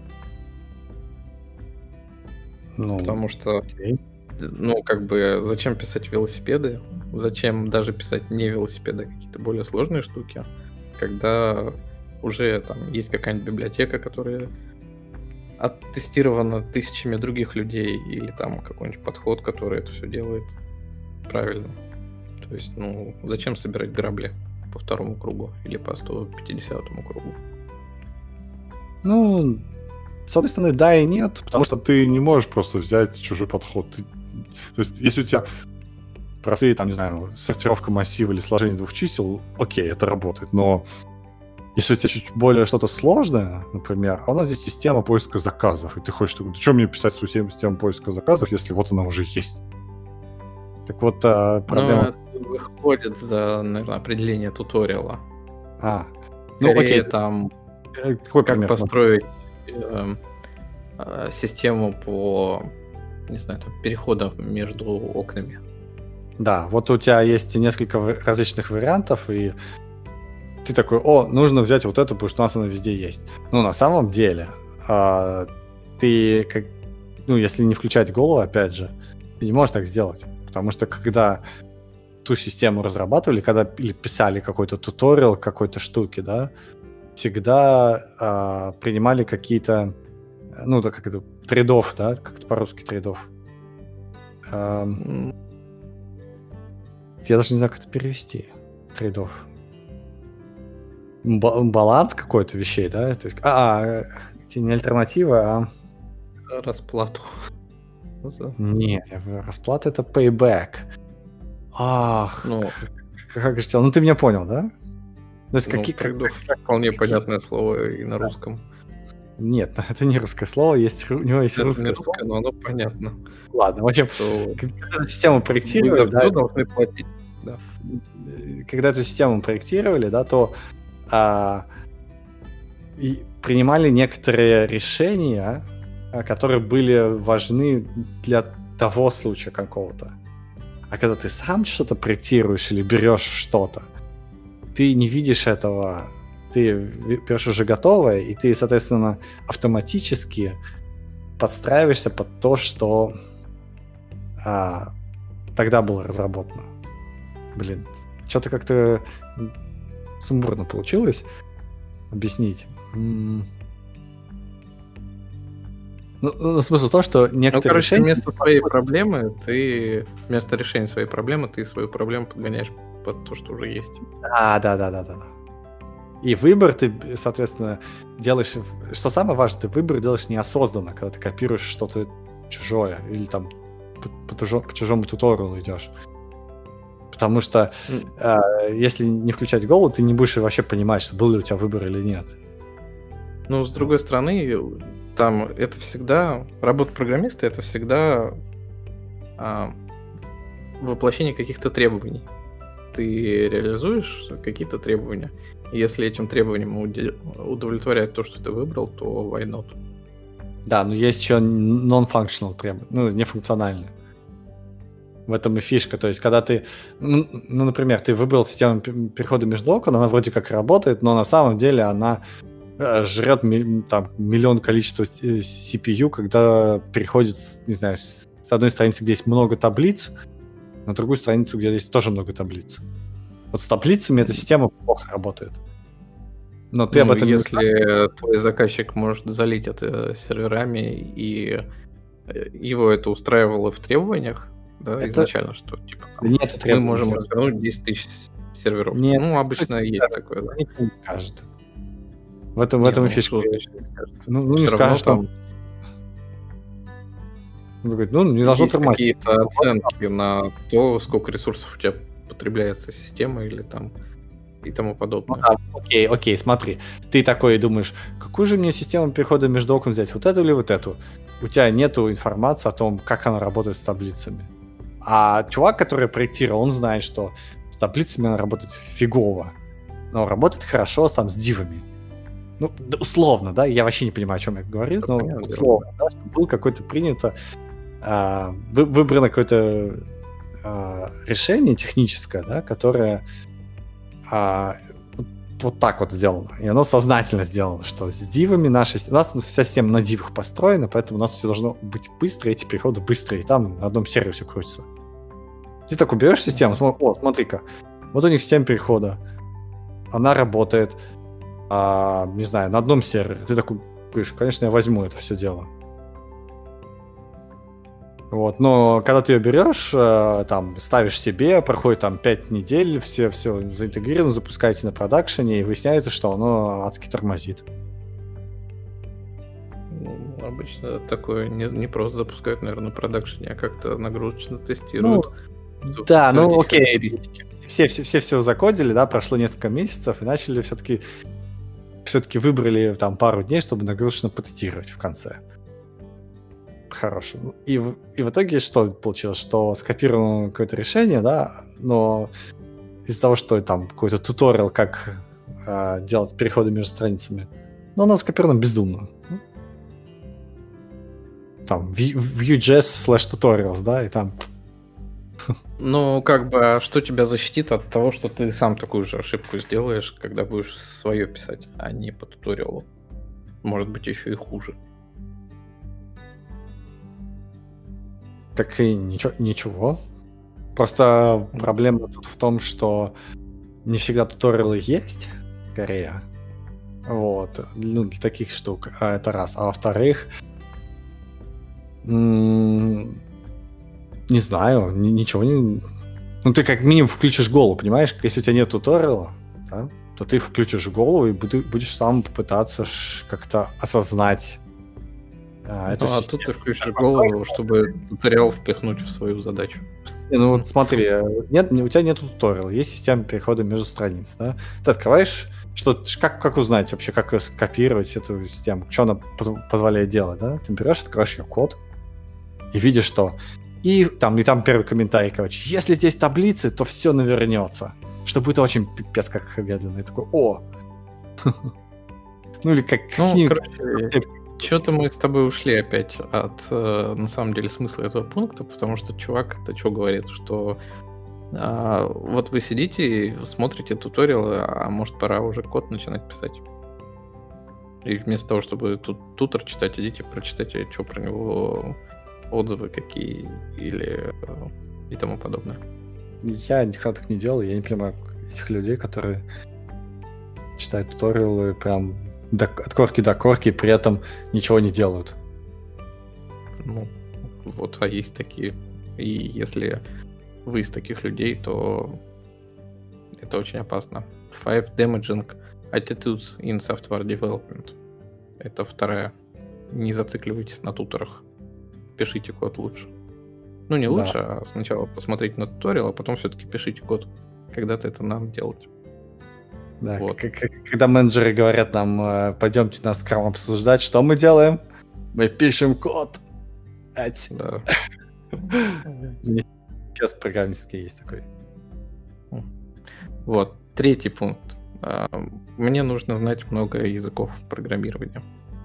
Ну, Потому что, окей. ну, как бы, зачем писать велосипеды? Зачем даже писать не велосипеды, а какие-то более сложные штуки, когда уже там есть какая-нибудь библиотека, которая оттестирована тысячами других людей, или там какой-нибудь подход, который это все делает правильно. То есть, ну, зачем собирать грабли по 2-му кругу или по 150-му кругу? Ну, с одной стороны, да и нет, Потому что ты не можешь просто взять чужой подход. То есть, если у тебя простые, там, не знаю, сортировка массива или сложение 2 чисел, окей, это работает. Но если у тебя чуть более что-то сложное, например, а у нас здесь система поиска заказов, и ты хочешь, что мне писать свою систему поиска заказов, если вот она уже есть? Так вот, проблема... Но это выходит за, наверное, определение туториала. Ну, Скорее, окей, там, какой как пример? построить систему по, не знаю, там, переходам между окнами. Да, вот у тебя есть несколько различных вариантов, и ты такой, нужно взять вот эту, потому что у нас она везде есть. Ну, на самом деле, ты, если не включать голову, опять же, ты не можешь так сделать. Потому что когда ту систему разрабатывали, когда писали какой-то туториал какой-то штуки, да, всегда принимали какие-то, ну, так как это, трейдов, да, как-то по-русски трейдов. Я даже не знаю, как это перевести. Трейдов. Баланс какой-то вещей, да? То есть, эти не альтернативы, а... Расплату. Не, расплата — это payback. Ах, Ну, как же сделал? Ну, ты меня понял, да? То есть, трейдов вполне понятное слово и на русском. Нет, это не русское слово, у него есть Это не русское слово. русское, но оно понятно. Ладно, в общем, Что когда систему вы за проектировали, все должны платить. Да. когда эту систему проектировали, да, то и принимали некоторые решения, которые были важны для того случая какого-то. А когда ты сам что-то проектируешь или берешь что-то, ты не видишь этого, ты берешь уже готовое, и ты, соответственно, автоматически подстраиваешься под то, что тогда было разработано. Блин, что-то как-то сумбурно получилось объяснить. Ну, смысл в том, что некоторые решения... вместо решения своей проблемы, ты свою проблему подгоняешь под то, что уже есть. Да. И выбор ты, соответственно, делаешь... Что самое важное, ты выбор делаешь неосознанно, когда ты копируешь что-то чужое или там по чужому туториалу идешь. Потому что если не включать Go, ты не будешь вообще понимать, что был ли у тебя выбор или нет. Ну, с другой стороны, там это всегда... Работа программиста — это всегда воплощение каких-то требований. Ты реализуешь какие-то требования. И если этим требованиям удовлетворяет то, что ты выбрал, то why not? Да, но есть еще non-functional требования, ну, нефункциональные. В этом и фишка. То есть, когда ты, ну, например, ты выбрал систему перехода между окон, она вроде как работает, но на самом деле она жрет там миллион количества CPU, когда переходит, не знаю, с одной страницы, где есть много таблиц, на другую страницу, где есть тоже много таблиц. Вот с таблицами эта система плохо работает. Но ты об этом если твой заказчик может залить это серверами, и его это устраивало в требованиях, да, это... изначально, что типа там, мы можем развернуть 10 тысяч серверов. Нет, ну, обычно есть такое, да. Никто не скажет. В этом и фишка. Не скажет там. Не должно тормозить. Какие-то оценки на то, сколько ресурсов у тебя потребляется система или там и тому подобное. Окей, смотри. Ты такой думаешь, какую же мне систему перехода между окон взять, вот эту или вот эту? У тебя нету информации о том, как она работает с таблицами. А чувак, который проектировал, он знает, что с таблицами она работает фигово, но работает хорошо там с дивами. Ну, условно, да, я вообще не понимаю, о чем я говорю, но условно, да, что было какое-то принято, выбрано какое-то решение техническое, да, которое вот так вот сделано. И оно сознательно сделано, что с дивами у нас вся система на дивах построена, поэтому у нас все должно быть быстро, эти переходы быстрые, и там на одном сервере все крутится. Ты так уберешь систему, смотри-ка, вот у них система перехода, она работает, не знаю, на одном сервере. Ты такой говоришь, конечно, я возьму это все дело. Вот, но когда ты ее берешь, там, ставишь себе, проходит там 5 недель, все заинтегрировано, запускаете на продакшене, и выясняется, что оно адски тормозит. Ну, обычно такое не просто запускают, наверное, на продакшене, а как-то нагрузочно тестируют. Да, ну окей. Все закодили, да, прошло несколько месяцев, и начали все-таки выбрали там пару дней, чтобы нагрузочно потестировать в конце. Хорошо. И в итоге что получилось? Что скопировано какое-то решение, да, но из-за того, что там какой-то туториал, как делать переходы между страницами, но оно скопировано бездумно. Там Vue.js/tutorials, да, и там... Ну, как бы, а что тебя защитит от того, что ты сам такую же ошибку сделаешь, когда будешь свое писать, а не по туториалу? Может быть, еще и хуже. Так и ничего. Просто проблема тут в том, что не всегда туториалы есть, скорее. Вот. Ну, для таких штук. Это раз. А во-вторых, не знаю, ничего не... Ну, ты как минимум включишь голову, понимаешь? Если у тебя нет туториала, да, то ты включишь голову и будешь сам попытаться как-то осознать. А тут ты включишь голову, чтобы туториал впихнуть в свою задачу. Ну вот смотри, у тебя нет туториала, есть система перехода между страниц, да? Ты открываешь, как узнать вообще, как скопировать эту систему, что она позволяет делать, да? Ты берешь, открываешь ее код и видишь, что... И там первый комментарий, короче, если здесь таблицы, то все навернется, что будет очень пипец как медленно. И такой, о! Ну или как... Что-то мы с тобой ушли опять от, на самом деле, смысла этого пункта, потому что чувак-то что говорит, что вот вы сидите и смотрите туториалы, а может пора уже код начинать писать. И вместо того, чтобы тутор читать, идите прочитайте, что про него отзывы какие или и тому подобное. Я никогда так не делал, я не понимаю этих людей, которые читают туториалы прям... от корки до корки, при этом ничего не делают. Ну, вот, а есть такие. И если вы из таких людей, то это очень опасно. 5 Damaging Attitudes in Software Development. Это вторая. Не зацикливайтесь на туторах. Пишите код лучше. Ну, не Да. лучше, а сначала посмотреть на туториал, а потом все-таки пишите код. Когда-то это надо делать. Да, Вот. когда менеджеры говорят нам, пойдемте на скрам обсуждать, что мы делаем? Мы пишем код. Ать. Да. Сейчас программистский есть такой. Вот. Третий пункт. Мне нужно знать много языков программирования.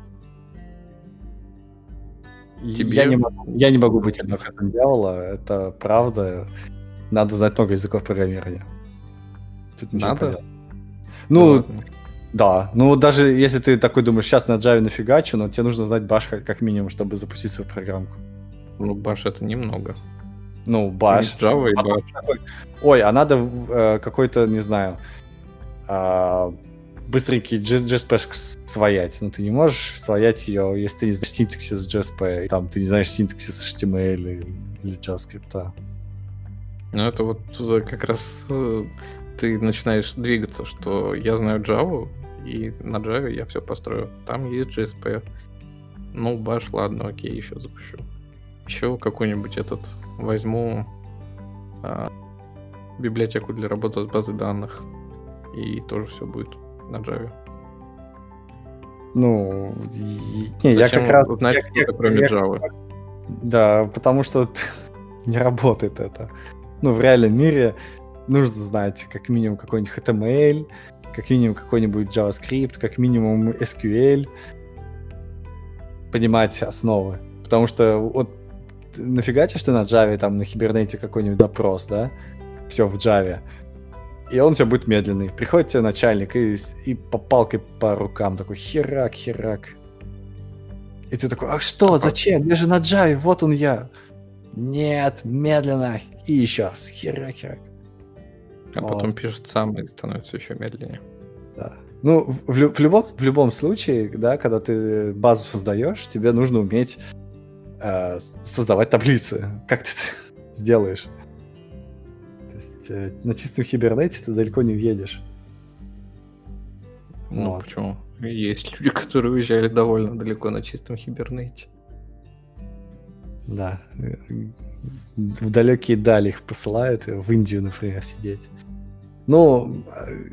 Я не могу быть адвокатом дьявола, это правда. Надо знать много языков программирования. Тут ничего Надо? поделать. Ну, ладно. да. Ну, даже если ты такой думаешь, сейчас на Java нафигачу, но тебе нужно знать Bash как минимум, чтобы запустить свою программку. Ну, Bash это немного. Ну, Bash. Java и А Bash. Ой, а надо какой-то, не знаю, быстренький JSP своять. Ну, ты не можешь своять ее, если ты не знаешь синтаксис JSP, и там ты не знаешь синтаксис HTML или JavaScript. Ну, это вот как раз ты начинаешь двигаться, что я знаю Java, и на Java я все построю. Там есть JSP. Ну, Bash, ладно, окей, еще запущу. Еще какой-нибудь возьму библиотеку для работы с базой данных, и тоже все будет на Java. Ну, не, я как раз... знать что-то кроме Java? Да, потому что не работает это. Ну, в реальном мире нужно знать как минимум какой-нибудь HTML, как минимум какой-нибудь JavaScript, как минимум SQL. Понимать основы. Потому что вот нафигачишь ты на Java, там на Hibernate какой-нибудь запрос, да? Все в Java. И он все будет медленный. Приходит тебе начальник и по палкой по рукам такой херак. И ты такой, а что, зачем? Я же на Java, вот он я. Нет, медленно. И еще раз, херак. А потом пишет сам и становится еще медленнее. Да. Ну, в любом случае, да, когда ты базу создаешь, тебе нужно уметь создавать таблицы. Как ты это сделаешь? То есть на чистом Hibernate ты далеко не уедешь. Ну, Вот. почему? Есть люди, которые уезжали довольно далеко на чистом Hibernate. Да. В далекие дали их посылают, в Индию, например, сидеть. Ну,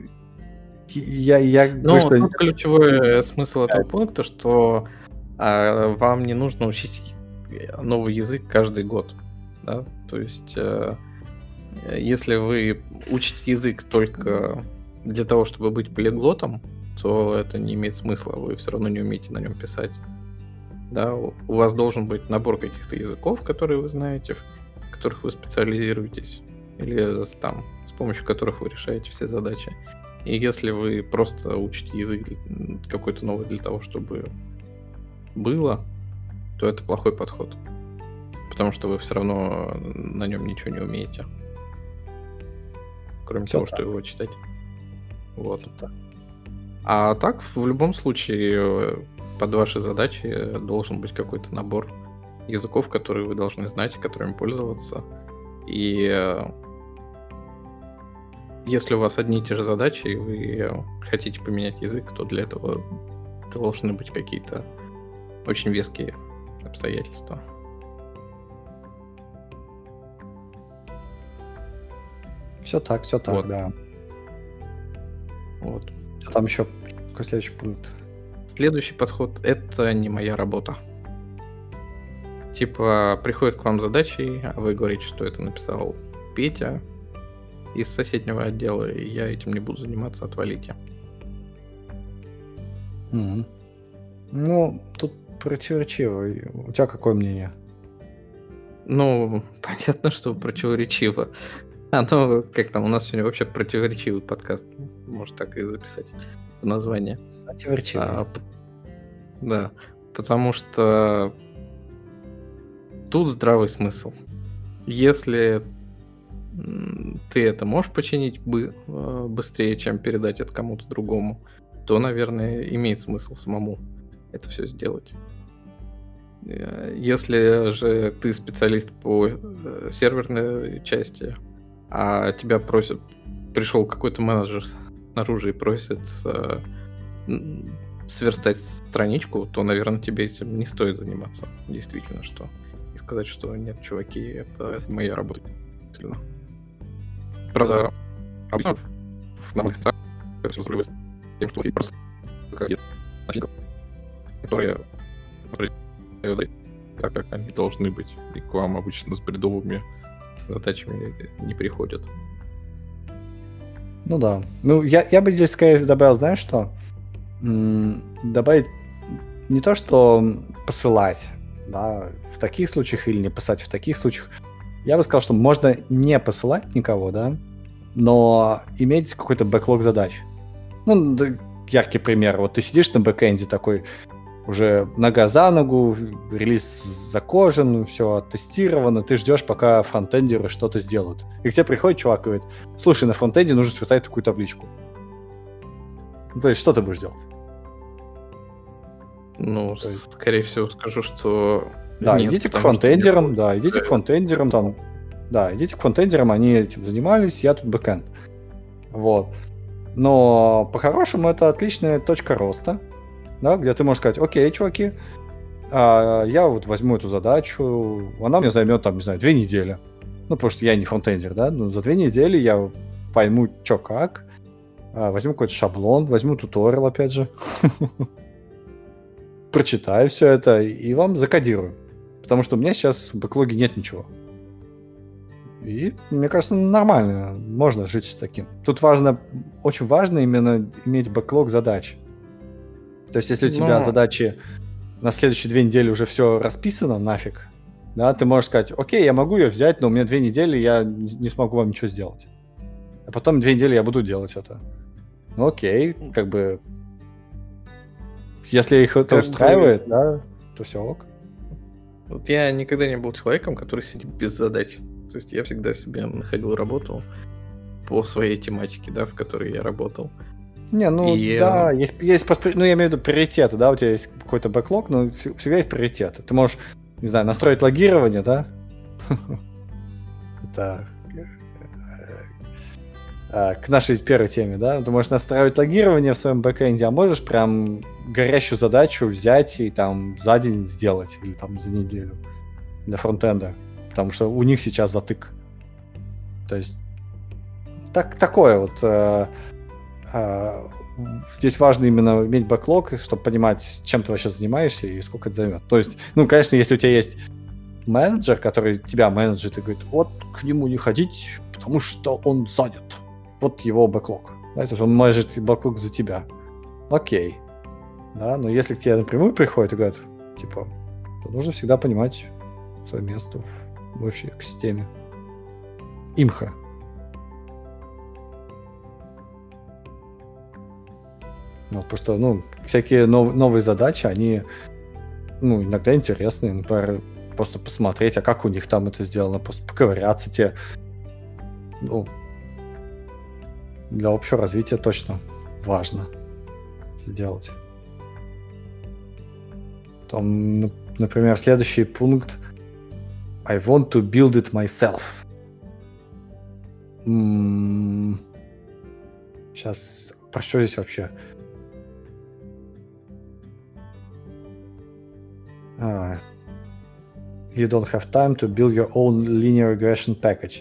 я Ну, говорю, что... тут ключевой смысл этого пункта, что вам не нужно учить новый язык каждый год. Да? То есть, если вы учите язык только для того, чтобы быть полиглотом, то это не имеет смысла, вы все равно не умеете на нем писать. Да? У вас должен быть набор каких-то языков, которые вы знаете, в которых вы специализируетесь, или там, с помощью которых вы решаете все задачи. И если вы просто учите язык какой-то новый для того, чтобы было, то это плохой подход. Потому что вы все равно на нем ничего не умеете. Кроме Всё того, так. что его читать. Вот. А так, в любом случае, под ваши задачи должен быть какой-то набор языков, которые вы должны знать, которыми пользоваться. И если у вас одни и те же задачи, и вы хотите поменять язык, то для этого должны быть какие-то очень веские обстоятельства. Все так, Вот. да. Вот. Что там еще? Какой следующий пункт? Следующий подход — это не моя работа. Типа, приходит к вам задачи, а вы говорите, что это написал Петя из соседнего отдела, и я этим не буду заниматься, отвалите. Мгм. Ну, тут противоречиво. У тебя какое мнение? Ну, понятно, что противоречиво. Оно, как там, у нас сегодня вообще противоречивый подкаст. Может, так и записать в название. Противоречиво. Да, потому что тут здравый смысл. Если ты это можешь починить быстрее, чем передать это кому-то другому, то, наверное, имеет смысл самому это все сделать. Если же ты специалист по серверной части, а тебя просят, пришел какой-то менеджер снаружи и просит сверстать страничку, то, наверное, тебе этим не стоит заниматься. Действительно, что и сказать, что нет, чуваки, это моя работа. Правда, обычно в нормальных этапах это все взрывается тем, что просто нет начальников, которые так, как они должны быть, и к вам обычно с бредовыми задачами не приходят. Ну да. Ну, я бы здесь скорее добавил, знаешь что? Добавить не то, что посылать, да, в таких случаях или не писать в таких случаях. Я бы сказал, что можно не посылать никого, да, но иметь какой-то бэклог задач. Ну, яркий пример. Вот ты сидишь на бэкэнде такой, уже нога за ногу, релиз закожен, все оттестировано, ты ждешь, пока фронтендеры что-то сделают. И к тебе приходит чувак и говорит: слушай, на фронтенде нужно сверстать такую табличку. Ну, то есть, что ты будешь делать? Ну, скорее всего, скажу, что... Да, нет, идите к фронтендерам, идите к фронтендерам, там, да, идите к фронтендерам, они этим занимались, я тут бэкэнд. Вот. Но по-хорошему это отличная точка роста, да, где ты можешь сказать: окей, чуваки, я вот возьму эту задачу, она мне займет, там, не знаю, 2 недели. Ну, потому что я не фронтендер, да, но за 2 недели я пойму, что как, возьму какой-то шаблон, возьму туториал, опять же, прочитаю все это и вам закодирую. Потому что у меня сейчас в бэклоге нет ничего. И, мне кажется, нормально, можно жить с таким. Тут очень важно именно иметь бэклог задач. То есть, если у тебя задачи на следующие 2 недели уже все расписано нафиг, да, ты можешь сказать: окей, я могу ее взять, но у меня 2 недели, я не смогу вам ничего сделать. А потом 2 недели я буду делать это. Ну окей, как бы... Если их это устраивает, да, то все ок. Вот я никогда не был человеком, который сидит без задач. То есть я всегда себе находил работу по своей тематике, да, в которой я работал. Не, ну да, есть, ну я имею в виду приоритеты, да, у тебя есть какой-то бэклог, но всегда есть приоритеты. Ты можешь, не знаю, настроить логирование, да? Это к нашей первой теме, да? Ты можешь настраивать логирование в своем бэкэнде, а можешь прям горящую задачу взять и там за день сделать, или там за неделю для фронтенда, потому что у них сейчас затык. То есть такое вот... Здесь важно именно иметь бэклог, чтобы понимать, чем ты вообще занимаешься и сколько это займет. То есть, ну, конечно, если у тебя есть менеджер, который тебя менеджит и говорит: вот к нему не ходить, потому что он занят. Вот его бэклог. Да, то есть он менеджит бэклог за тебя. Окей. Да, но если к тебе напрямую приходит и говорят, типа, то нужно всегда понимать свое место в общей экосистеме. Имха. Ну, потому что, ну, всякие новые задачи, они, ну, иногда интересные. Например, просто посмотреть, а как у них там это сделано, просто поковыряться те. Ну, для общего развития точно важно сделать. Там, например, следующий пункт: I want to build it myself. Сейчас, про что здесь вообще? You don't have time to build your own linear regression package.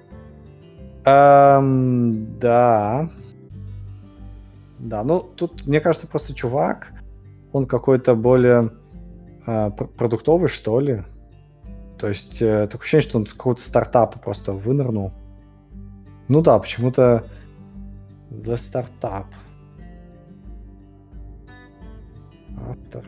Да. Да, ну тут, мне кажется, просто чувак, он какой-то более продуктовый, что ли. То есть такое ощущение, что он с какого-то стартапа просто вынырнул. Ну да, почему-то The Startup. Автор.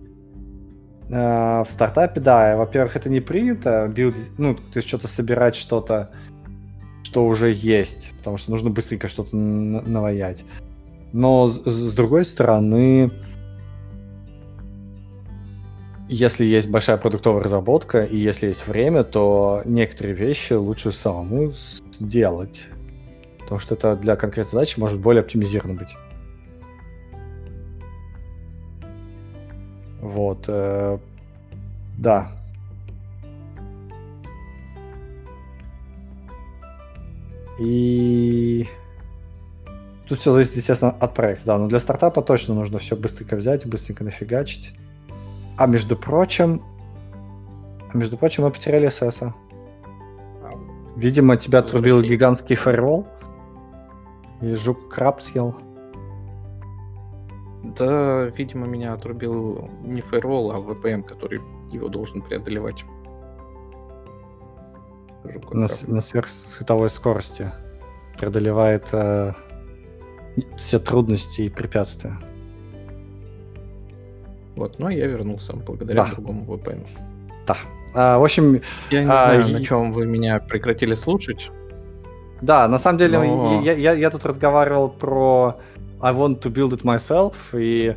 В стартапе, да, во-первых, это не принято, ну, то есть что-то собирать, что-то, что уже есть, потому что нужно быстренько что-то наваять. Но с другой стороны, если есть большая продуктовая разработка и если есть время, то некоторые вещи лучше самому сделать, потому что это для конкретной задачи может более оптимизировано быть. Вот, да. И тут все зависит, естественно, от проекта, да, но для стартапа точно нужно все быстренько взять, быстренько нафигачить. А между прочим, А между прочим, мы потеряли СС. Видимо, тебя отрубил гигантский фаервол. Или жук-краб съел. Да, видимо, меня отрубил не фаервол, а VPN, который его должен преодолевать. На сверхсветовой скорости. Преодолевает все трудности и препятствия. Вот, но я вернулся благодаря другому VPN. Да. В общем... Я не знаю, на чем вы меня прекратили слушать. Да, на самом деле, я тут разговаривал про I want to build it myself, и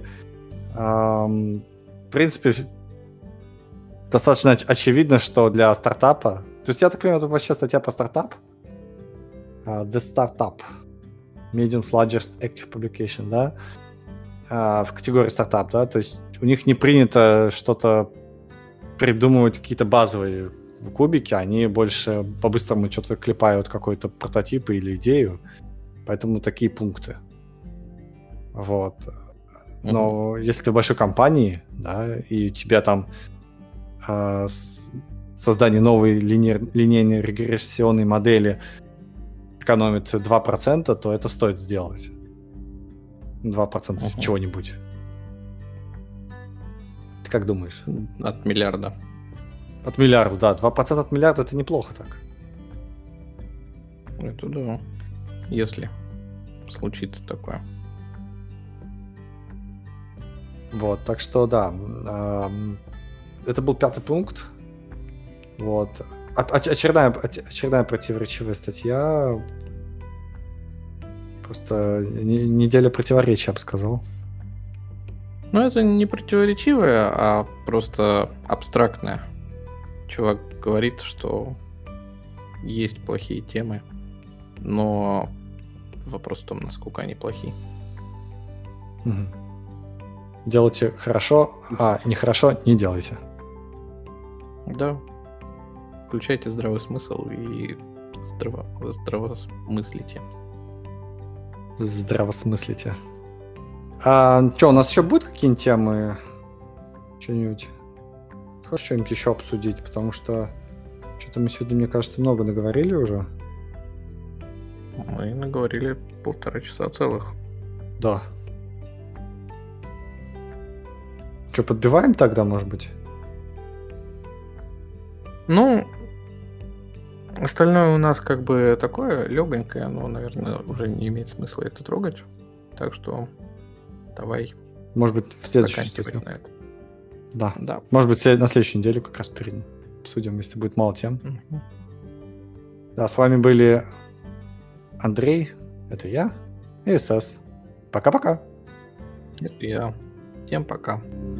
в принципе достаточно очевидно, что для стартапа... То есть я так понимаю, тут вообще статья про стартап. The Startup. Medium's Largest Active Publication, да? В категории стартап, да? То есть у них не принято что-то придумывать, какие-то базовые кубики, они больше по-быстрому что-то клепают, какой-то прототип или идею, поэтому такие пункты. Вот. Но если ты в большой компании, да, и у тебя там создание новой линейной регрессионной модели экономит 2%, то это стоит сделать. 2% чего-нибудь. Ты как думаешь? От миллиарда. От миллиарда, да. 2% от миллиарда — это неплохо так. Это да. Если случится такое. Вот, так что да. Это был 5-й пункт. Вот. Очередная противоречивая статья. Просто неделя противоречия, я бы сказал. Ну, это не противоречивое, а просто абстрактное. Чувак говорит, что есть плохие темы, но вопрос в том, насколько они плохие. Угу. Делайте хорошо, а нехорошо не делайте. Да. Включайте здравый смысл и здравосмыслите. Здравосмыслите. Что, у нас еще будут какие-нибудь темы? Что-нибудь? Хочешь что-нибудь еще обсудить? Потому что что-то мы сегодня, мне кажется, много наговорили уже. Мы наговорили 1,5 часа целых. Да. Что, подбиваем тогда, может быть? Ну, остальное у нас как бы такое легонькое, но, наверное, уже не имеет смысла это трогать. Так что давай. Может быть, в следующую статью. На это. Да. Да. Может быть, на следующую неделю как раз обсудим, если будет мало тем. Да, с вами были Андрей, это я, и СС. Пока-пока. Это я. Всем пока.